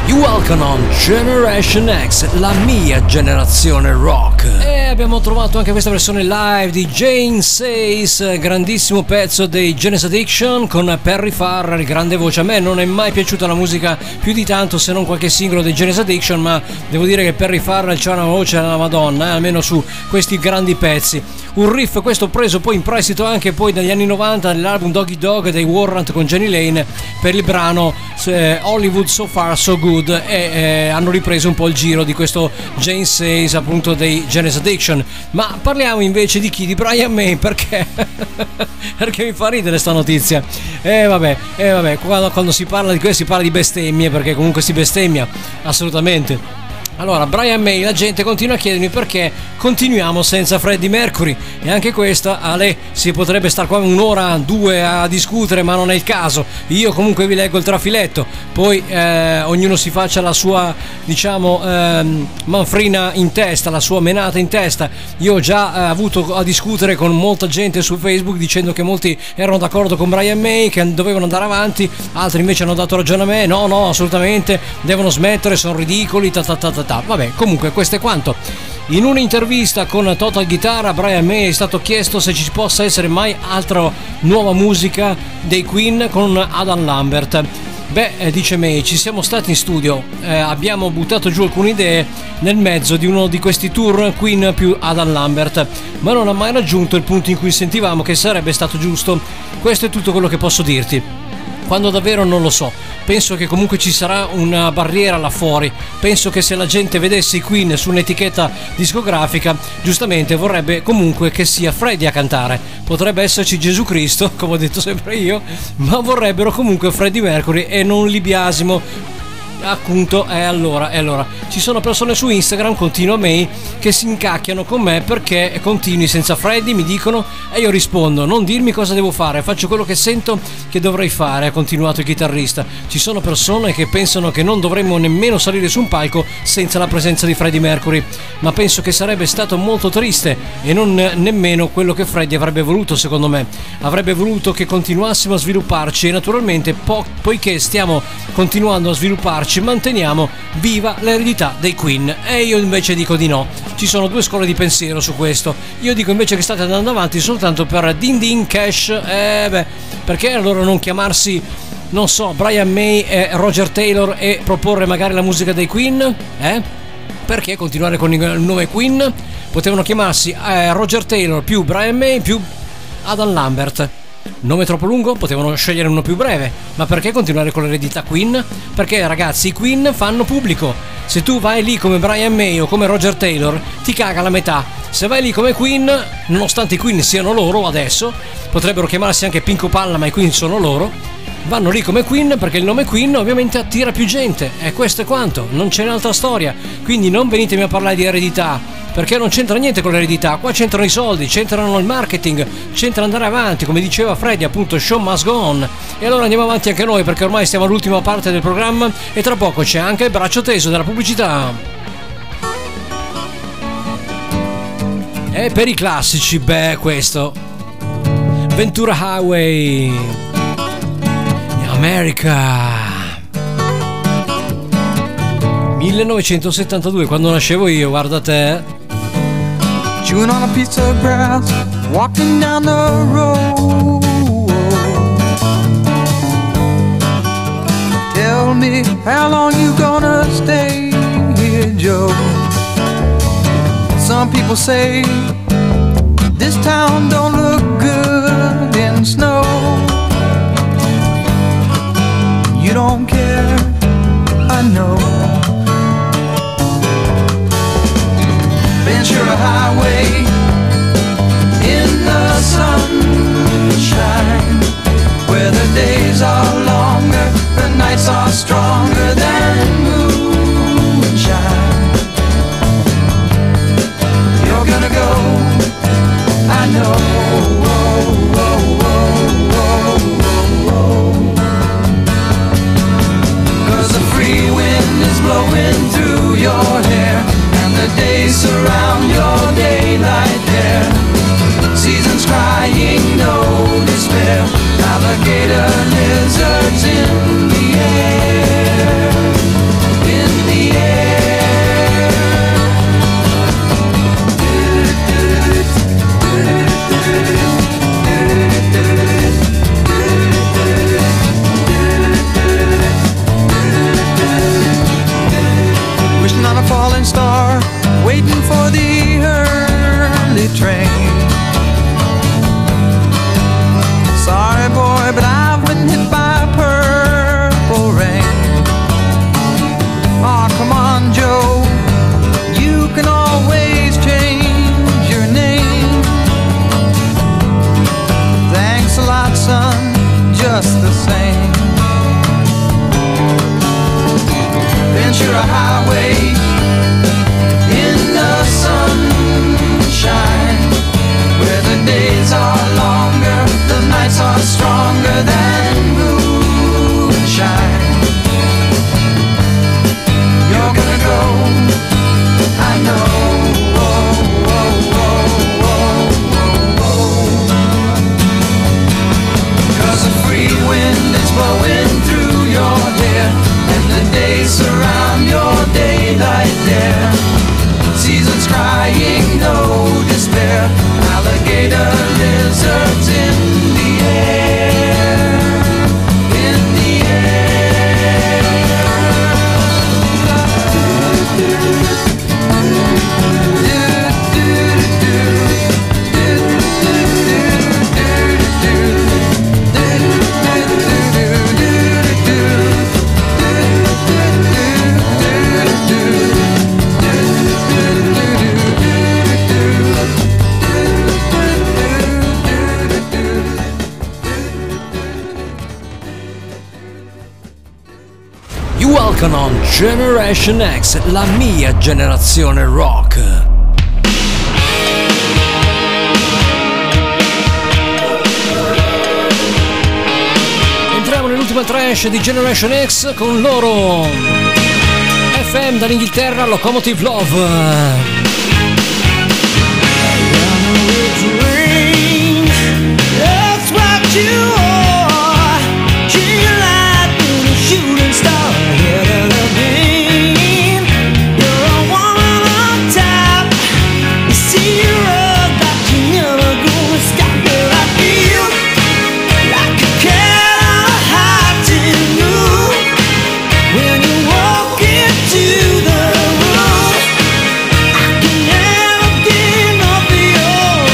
You welcome on Generation X, la mia generazione rock. E abbiamo trovato anche questa versione live di Jane Says, grandissimo pezzo dei Jane's Addiction con Perry Farrell, grande voce. A me non è mai piaciuta la musica più di tanto, se non qualche singolo dei Jane's Addiction, ma devo dire che Perry Farrell c'ha una voce alla Madonna, eh, almeno su questi grandi pezzi. Un riff questo preso poi in prestito anche poi dagli anni novanta nell'album Doggy Dog dei Warrant con Jenny Lane per il brano eh, Hollywood So Far So Good, e eh, hanno ripreso un po' il giro di questo Jane Says appunto dei Jane's Addiction. Ma parliamo invece di chi? Di Brian May, perché perché mi fa ridere sta notizia. E eh, vabbè, eh, vabbè quando, quando si parla di questo si parla di bestemmie, perché comunque si bestemmia assolutamente. Allora, Brian May, la gente continua a chiedermi perché continuiamo senza Freddie Mercury, e anche questa, Ale, si potrebbe stare qua un'ora, due a discutere, ma non è il caso. Io comunque vi leggo il trafiletto, poi eh, ognuno si faccia la sua, diciamo, ehm, manfrina in testa, la sua menata in testa. Io ho già eh, avuto a discutere con molta gente su Facebook dicendo che molti erano d'accordo con Brian May, che dovevano andare avanti, altri invece hanno dato ragione a me, no, no, assolutamente, devono smettere, sono ridicoli, ta ta ta ta. Vabbè, comunque questo è quanto. In un'intervista con Total Guitar a Brian May è stato chiesto se ci possa essere mai altra nuova musica dei Queen con Adam Lambert. Beh, eh, dice May, ci siamo stati in studio, eh, abbiamo buttato giù alcune idee nel mezzo di uno di questi tour Queen più Adam Lambert, ma non ha mai raggiunto il punto in cui sentivamo che sarebbe stato giusto. Questo è tutto quello che posso dirti. Quando davvero non lo so, penso che comunque ci sarà una barriera là fuori, penso che se la gente vedesse i Queen su un'etichetta discografica, giustamente vorrebbe comunque che sia Freddie a cantare, potrebbe esserci Gesù Cristo, come ho detto sempre io, ma vorrebbero comunque Freddie Mercury e non Lee Biasimo. Appunto, e allora, e allora ci sono persone su Instagram, continua May, che si incacchiano con me perché continui senza Freddie, mi dicono, e io rispondo: non dirmi cosa devo fare, faccio quello che sento che dovrei fare, ha continuato il chitarrista. Ci sono persone che pensano che non dovremmo nemmeno salire su un palco senza la presenza di Freddie Mercury, ma penso che sarebbe stato molto triste e non nemmeno quello che Freddie avrebbe voluto. Secondo me avrebbe voluto che continuassimo a svilupparci, e naturalmente po- poiché stiamo continuando a svilupparci manteniamo viva l'eredità dei Queen. E io invece dico di no. Ci sono due scuole di pensiero su questo. Io dico invece che state andando avanti soltanto per din din cash. Eh beh, perché allora non chiamarsi, non so, Brian May e Roger Taylor e proporre magari la musica dei Queen? Eh? Perché continuare con il nome Queen? Potevano chiamarsi eh, Roger Taylor più Brian May più Adam Lambert. Nome troppo lungo? Potevano scegliere uno più breve. Ma perché continuare con l'eredità Queen? Perché ragazzi, i Queen fanno pubblico. Se tu vai lì come Brian May o come Roger Taylor, ti caga la metà. Se vai lì come Queen, nonostante i Queen siano loro adesso, potrebbero chiamarsi anche Pinco Palla, ma i Queen sono loro, vanno lì come Queen perché il nome Queen ovviamente attira più gente. E questo è quanto, non c'è un'altra storia. Quindi non venitemi a parlare di eredità, perché non c'entra niente con l'eredità. Qua c'entrano i soldi, c'entrano il marketing, c'entra andare avanti, come diceva Freddie, appunto, show must go on. E allora andiamo avanti anche noi, perché ormai stiamo all'ultima parte del programma e tra poco c'è anche il braccio teso della pubblicità. E per i classici, beh, questo Ventura Highway America, millenovecentosettantadue, quando nascevo io, guarda te. Chewing on a piece of grass, walking down the road. Tell me, how long you gonna stay here, Joe? Some people say this town don't look good in snow. You don't care, I know. Ventura Highway in the sunshine, where the days are longer, the nights are stronger than moonshine. You're gonna go, I know. Oh, oh, oh, oh, oh. 'Cause the free wind is blowing through your hair, the days surround your daylight there. Seasons crying, no despair. Alligator lizards in the air. falling star, waiting for the early train. Sorry boy, but I've been hit by purple rain. Aw, oh, come on Joe, you can always change your name. Thanks a lot son, just the same. Ventura Highway in the sunshine, where the days are longer, the nights are stronger than moonshine. You're gonna go, I know. Oh, oh, oh, oh, oh, oh. 'Cause a free wind is blowing through your hair, and the days surround your daylight there. Seasons crying, no despair. Alligator lizards in the air, in the air. Welcome on Generation X, la mia generazione rock. Entriamo nell'ultima trash di Generation X con loro F M dall'Inghilterra, Locomotive Love. That's what you are. She lied in a shooting star ahead of the game. You're a woman on top. You see your rug, but you never gonna stop. But I feel like a cat on a hot tin roof when you walk into the room. I can never get enough of you.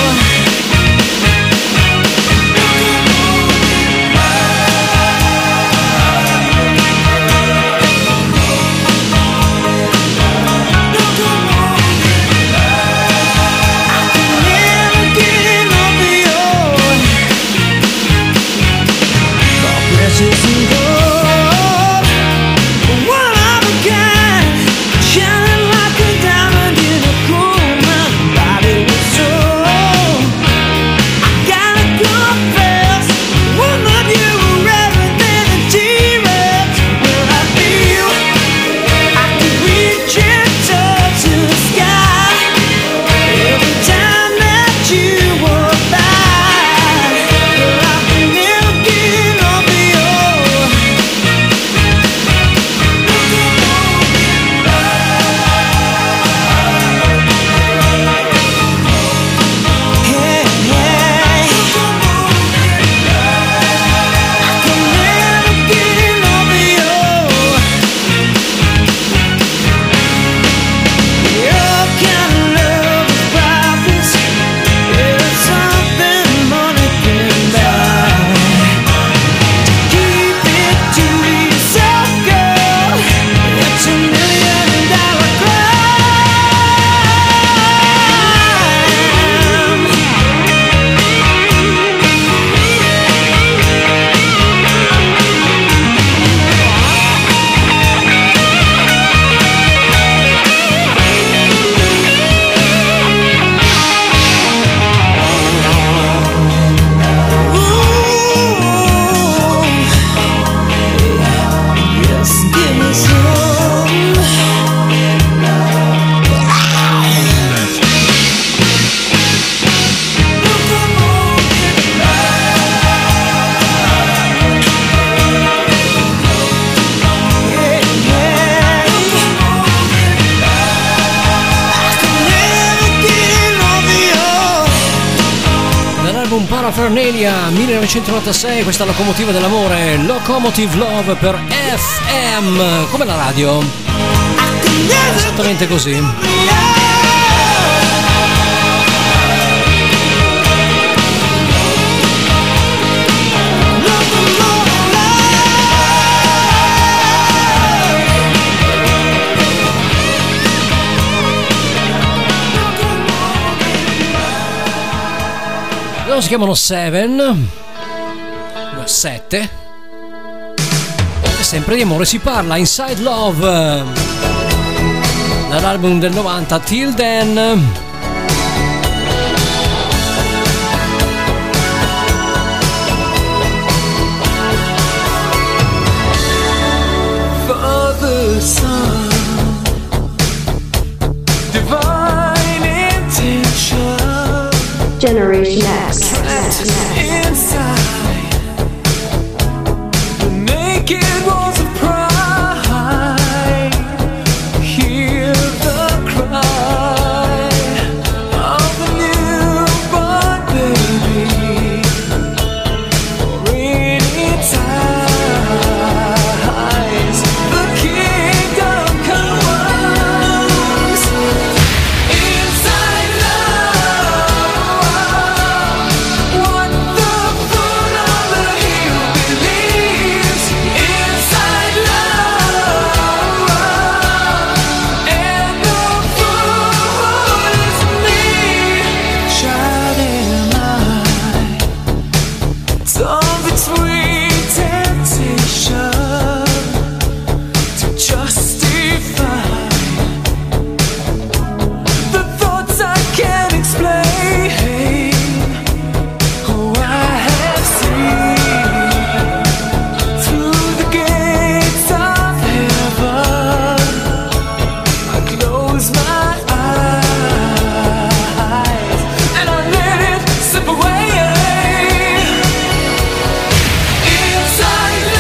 Paraphernalia millenovecentonovantasei, questa locomotiva dell'amore, Locomotive Love per F M, come la radio. Esattamente così. Loro si chiamano Seven, sette, e sempre di amore si parla. Inside Love, dall'album del novanta Till Then. Father, Son, divine intention, Generation X. inside the naked walls of pride. Hear the cry of a newborn baby for any ties. The kingdom comes inside love. What the fool on the hill believes inside love, and the fool is me. Child am I, torn between temptation to justify the thoughts I can't explain. Oh, I have seen through the gates of heaven. I close my eyes and I let it slip away. Inside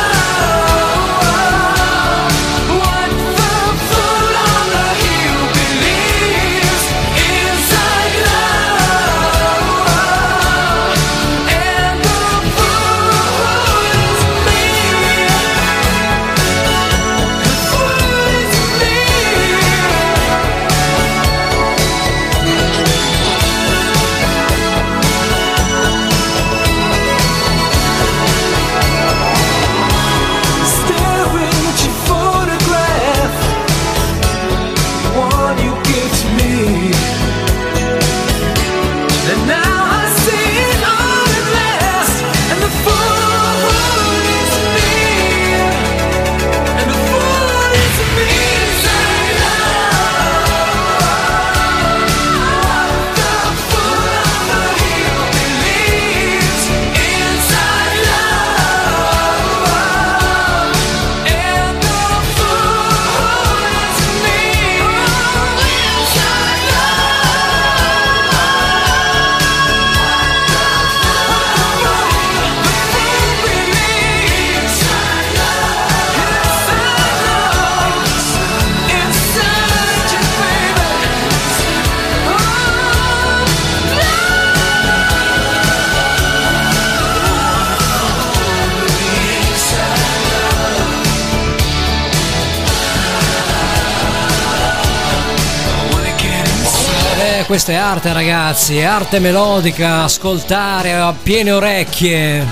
love, what the fool on the hill believes. Inside love, and the fool is me. The fool is me. Staring at your photograph, the one you give to me, and now I see it all at last. And the fool is me, and the fool is me. Inside love, the fool on the hill believes. Inside love, and the fool is me. Inside Eh, questa è arte, ragazzi, è arte melodica, ascoltare a piene orecchie.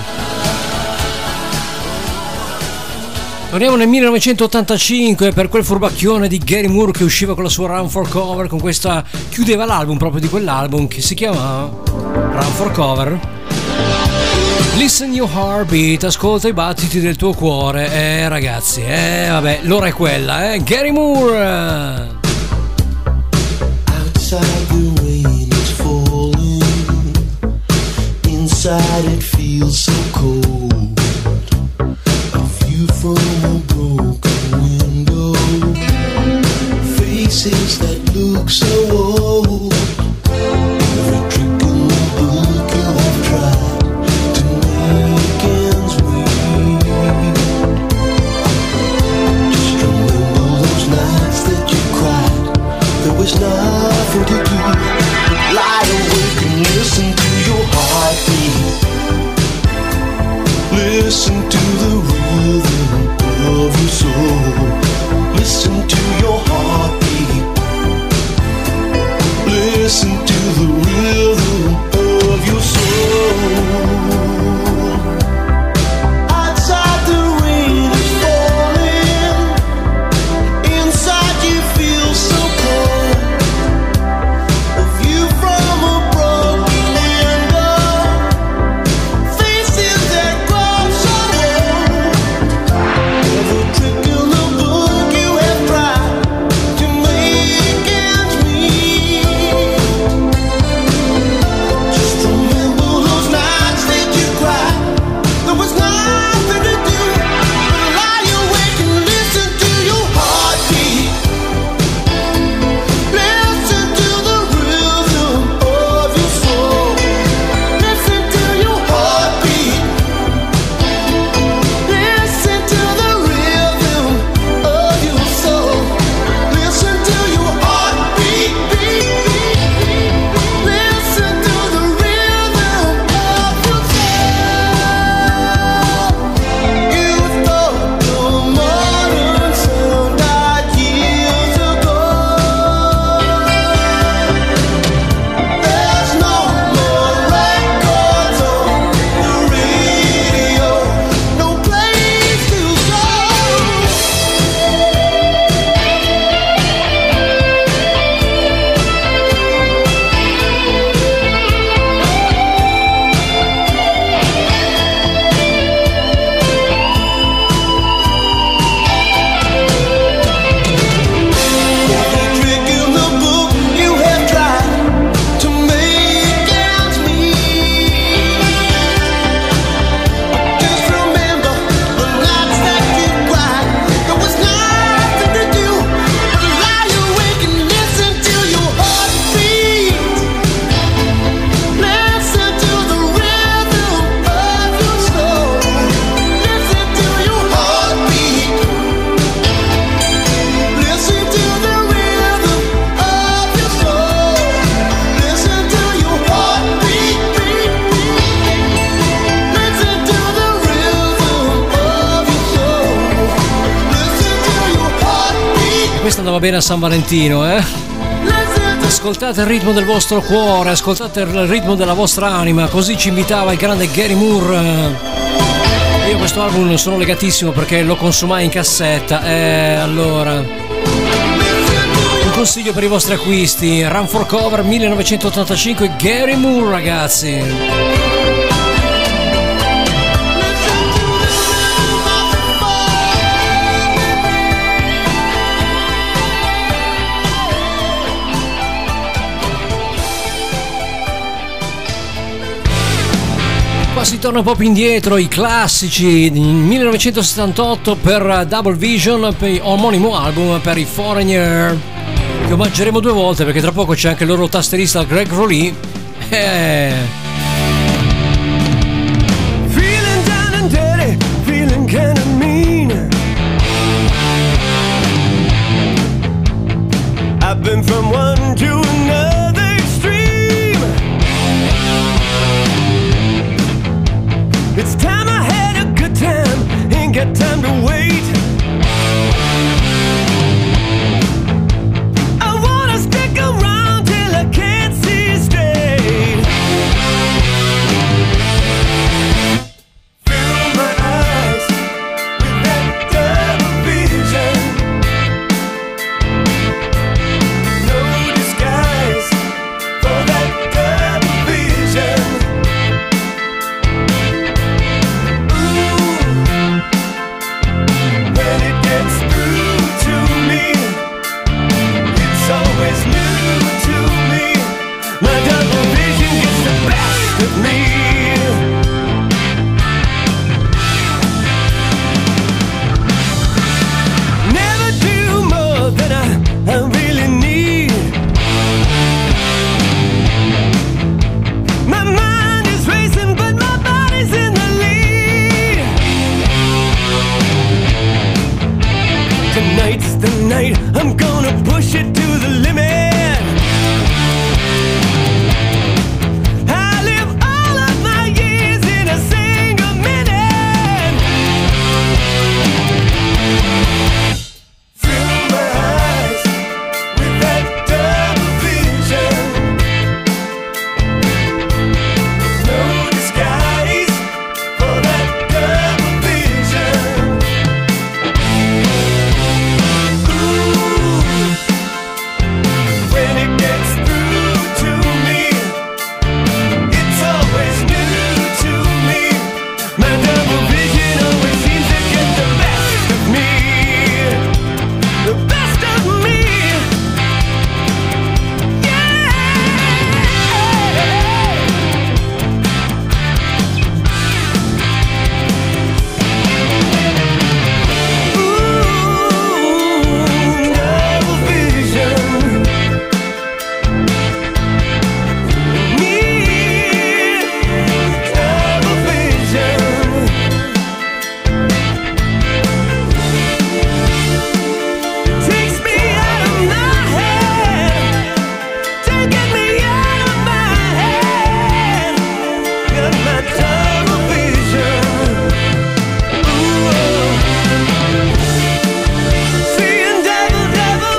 Torniamo nel millenovecentottantacinque per quel furbacchione di Gary Moore che usciva con la sua Run for Cover, con questa chiudeva l'album proprio di quell'album che si chiama Run for Cover. Listen your heartbeat, ascolta i battiti del tuo cuore. Eh ragazzi, eh vabbè, l'ora è quella, eh. Gary Moore. Outside the rain is falling, inside it feels so cold. A view from a broken window, faces that look so old. Every trick in the book you have tried to make ends meet. Just remember those nights that you cried. There was nothing to do but lie awake and listen to your heartbeat. Listen to the rhythm of your soul. Listen to your heart. Questa andava bene a San Valentino, eh? Ascoltate il ritmo del vostro cuore, ascoltate il ritmo della vostra anima, così ci invitava il grande Gary Moore. Io questo album sono legatissimo perché lo consumai in cassetta, eh, allora... Un consiglio per i vostri acquisti, Run for Cover millenovecentottantacinque, Gary Moore, ragazzi. Si torna un po' più indietro, i classici millenovecentosettantotto per Double Vision, per omonimo album per i Foreigner, che omaggeremo due volte perché tra poco c'è anche il loro tasterista Greg Rowley. eh. Feeling down and dirty, feeling kind of mean. I've been from one to another extreme. It's time I had a good time, ain't got time to wait. I wanna stick around till I can't see straight. Fill my eyes with that double vision. No disguise for that double vision. When it gets through to me, it's always new to me. My double vision gets the best of me. Never do more than I, I really need. My mind is racing, but my body's in the lead. Tonight's the night, I'm gonna push it to the limit. I live all of my years in a single minute. Fill my eyes with that double vision. No disguise for that double vision. When it gets through to me, it's always new to me. My double vision always seems to get the best of me. The best of me. Ooh, double vision. Need double vision. Takes me out of my head, taking me out of my head. Got my double vision. Ooh, seeing double, double.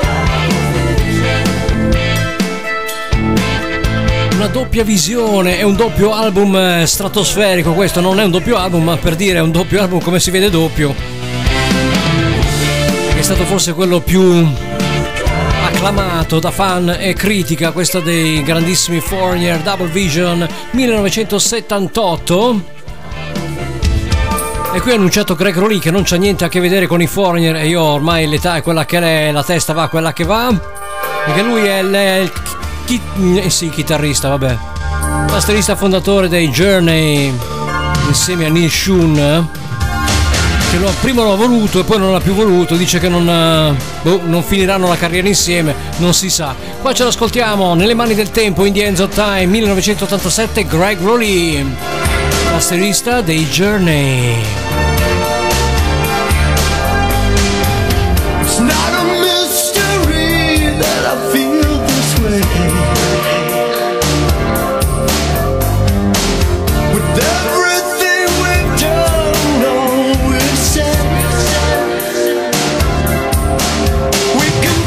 Una doppia visione, è un doppio album eh, stratosferico. Questo non è un doppio album, ma per dire è un doppio album come si vede doppio. È stato forse quello più acclamato da fan e critica, questo dei grandissimi Foreigner, Double Vision millenovecentosettantotto. E qui ha annunciato Greg Rowley che non c'ha niente a che vedere con i Foreigner, e io ormai l'età è quella che è, la testa va quella che va, perché lui è il, il chi, eh sì, chitarrista, vabbè, tasterista fondatore dei Journey insieme a Neil Schon, che lo, prima lo ha voluto e poi non l'ha più voluto, dice che non, eh, boh, non finiranno la carriera insieme, non si sa. Qua ce l'ascoltiamo, Nelle mani del tempo, in The Hands of Time, millenovecentottantasette, Greg Rowley, tasterista dei Journey. It's not a mystery that I feel this way. With everything we've done, all we've said, we can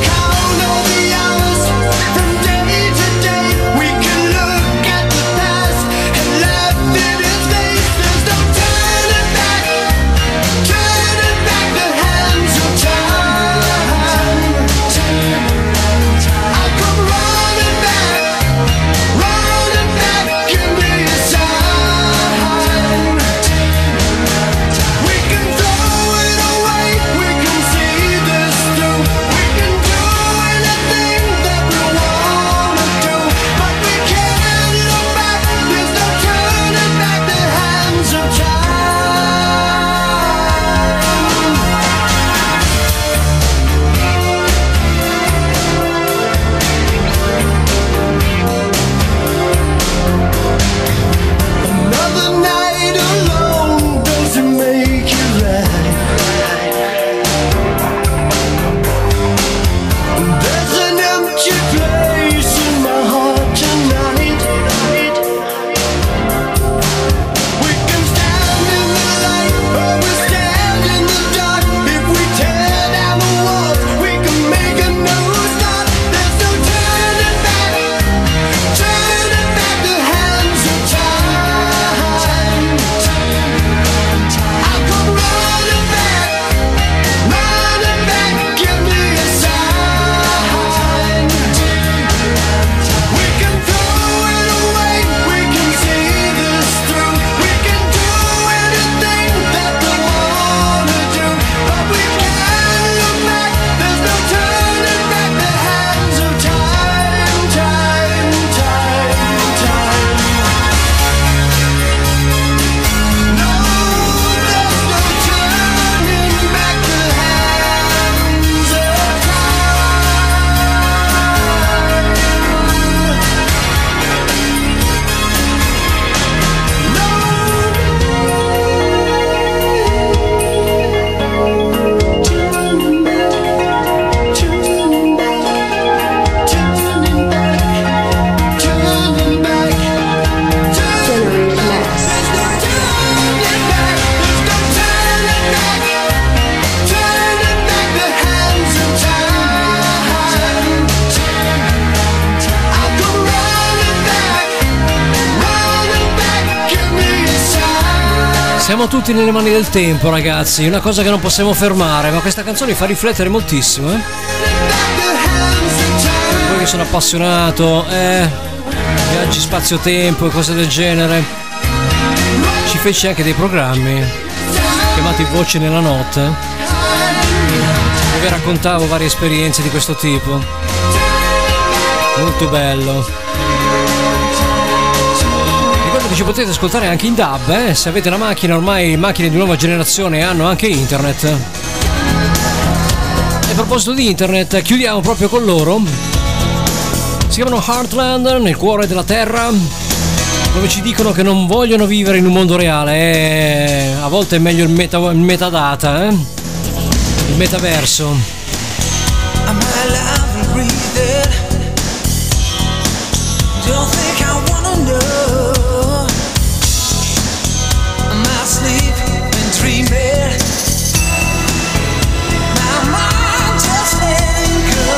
Siamo tutti nelle mani del tempo, ragazzi, una cosa che non possiamo fermare, ma questa canzone fa riflettere moltissimo, eh? Poi che sono appassionato, eh, viaggi spazio-tempo e cose del genere, ci feci anche dei programmi chiamati Voci nella notte, dove raccontavo varie esperienze di questo tipo, molto bello. Ricordo che ci potete ascoltare anche in D A B, eh? Se avete la macchina, ormai macchine di nuova generazione hanno anche internet. E a proposito di internet, chiudiamo proprio con loro. Si chiamano Heartland, nel cuore della terra, dove ci dicono che non vogliono vivere in un mondo reale, eh? A volte è meglio il, meta, il metadata, eh? Il metaverso. Don't think I wanna know. Am I sleeping and dreaming? My mind just letting go.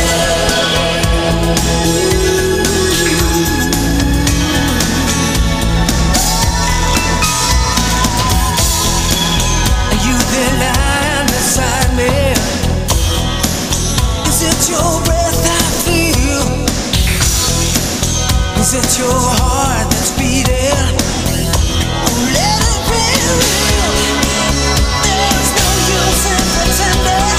Are you there lying beside me? Is it your breath I feel? Is it your heart that's beating? Oh, let it be real. There's no use in pretending.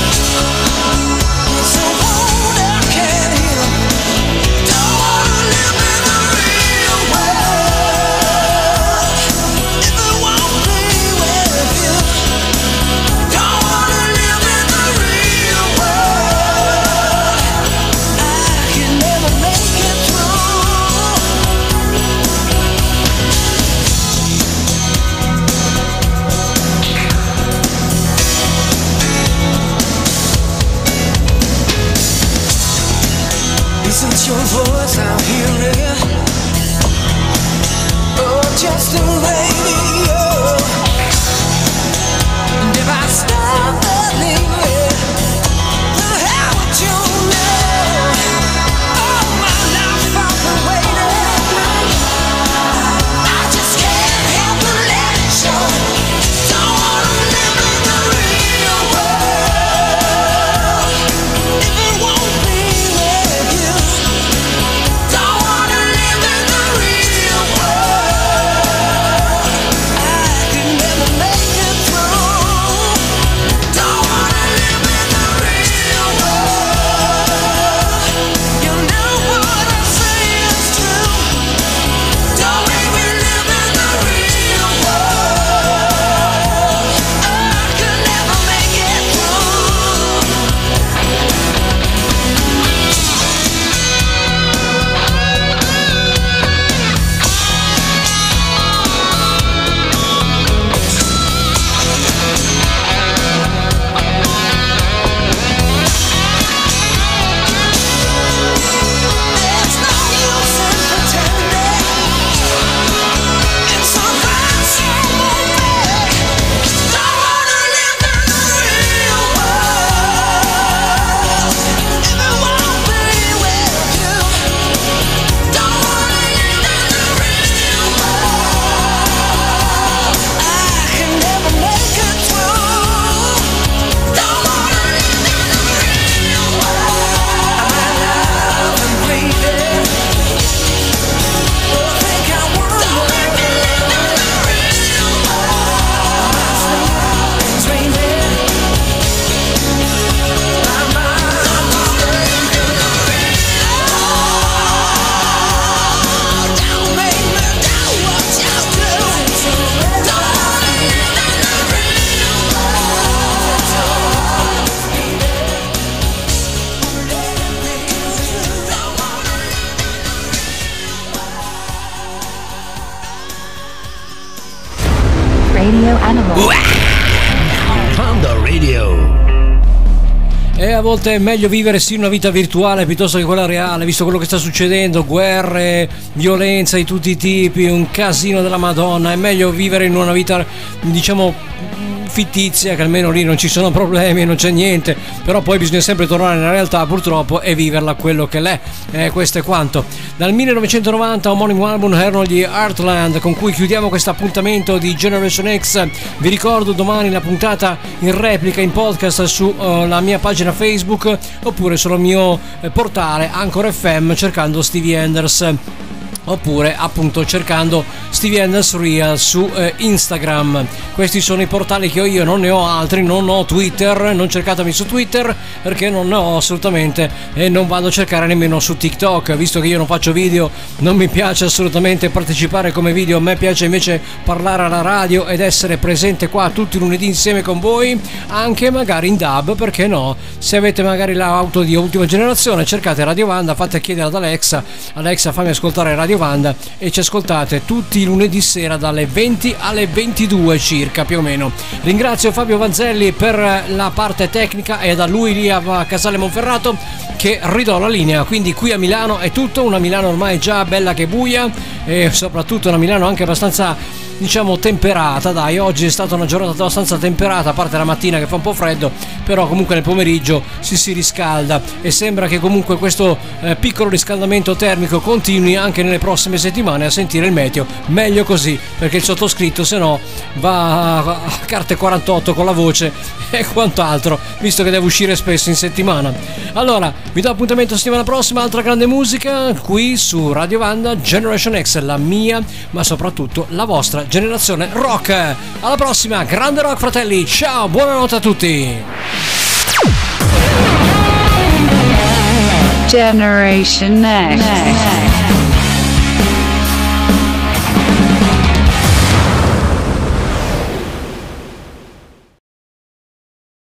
So hold I can't hear. Don't wanna live in the real world if it won't be with you. Don't wanna live in the real world. I can never make it through. Isn't your voice I'm hearing? Oh, just the radio. And if I stop believing, then how would you know? All my life I've been waiting. I just can't help but let it show. Don't wanna live in the real world if it won't be with you. Don't wanna live in the real world. I can never make it through. Don't wanna live in the real world. You know what I say is true. Don't make me live in the real world. I can never make it through. There's no use in pretending. It's alright, so moving. Don't wanna live in the real world if it won't be with you. Don't wanna live in the real world. I can never make it through. Don't wanna live in the real world. I'm alive and breathing. Don't think I wanna. Don't make me live in the real world. I'm sleeping, dreaming. My mind just letting go. Don't make me do what you do. Don't wanna live in the real Radio Animal. Honda Radio. E a volte è meglio vivere sì una vita virtuale piuttosto che quella reale, visto quello che sta succedendo, guerre, violenza di tutti i tipi, un casino della Madonna. È meglio vivere in una vita, diciamo, fittizia, che almeno lì non ci sono problemi, non c'è niente, però poi bisogna sempre tornare nella realtà purtroppo e viverla quello che l'è. Eh, questo è quanto. Dal millenovecentonovanta, omonimo album, erano gli Heartland, con cui chiudiamo questo appuntamento di Generation X. Vi ricordo domani la puntata in replica in podcast sulla uh, mia pagina Facebook oppure sul mio eh, portale Anchor F M cercando Stevie Enders, oppure appunto cercando Stevie Enders Real su eh, Instagram. Questi sono i portali che ho io, non ne ho altri, non ho Twitter, non cercatemi su Twitter perché non ne ho assolutamente, e non vado a cercare nemmeno su TikTok, visto che io non faccio video, non mi piace assolutamente partecipare come video, a me piace invece parlare alla radio ed essere presente qua tutti i lunedì insieme con voi, anche magari in dub, perché no? Se avete magari l'auto di ultima generazione, cercate Radio Vanda, fate chiedere ad Alexa, Alexa fammi ascoltare Radio Vanda, e ci ascoltate tutti i lunedì sera dalle venti alle ventidue circa, più o meno. Ringrazio Fabio Vanzelli per la parte tecnica e da lui lì a Casale Monferrato che ridò la linea. Quindi qui a Milano è tutto, una Milano ormai già bella che buia e soprattutto una Milano anche abbastanza, diciamo, temperata. Dai, oggi è stata una giornata abbastanza temperata, a parte la mattina che fa un po' freddo, però comunque nel pomeriggio si si riscalda e sembra che comunque questo eh, piccolo riscaldamento termico continui anche nelle prossime settimane. A sentire il meteo, meglio così, perché il sottoscritto se no va a carte quarantotto con la voce e quant'altro, visto che deve uscire spesso in settimana. Allora, vi do appuntamento settimana prossima, altra grande musica qui su Radio Vanda, Generation X, la mia ma soprattutto la vostra generazione rock. Alla prossima, grande rock fratelli, ciao, buonanotte a tutti. Generation Next.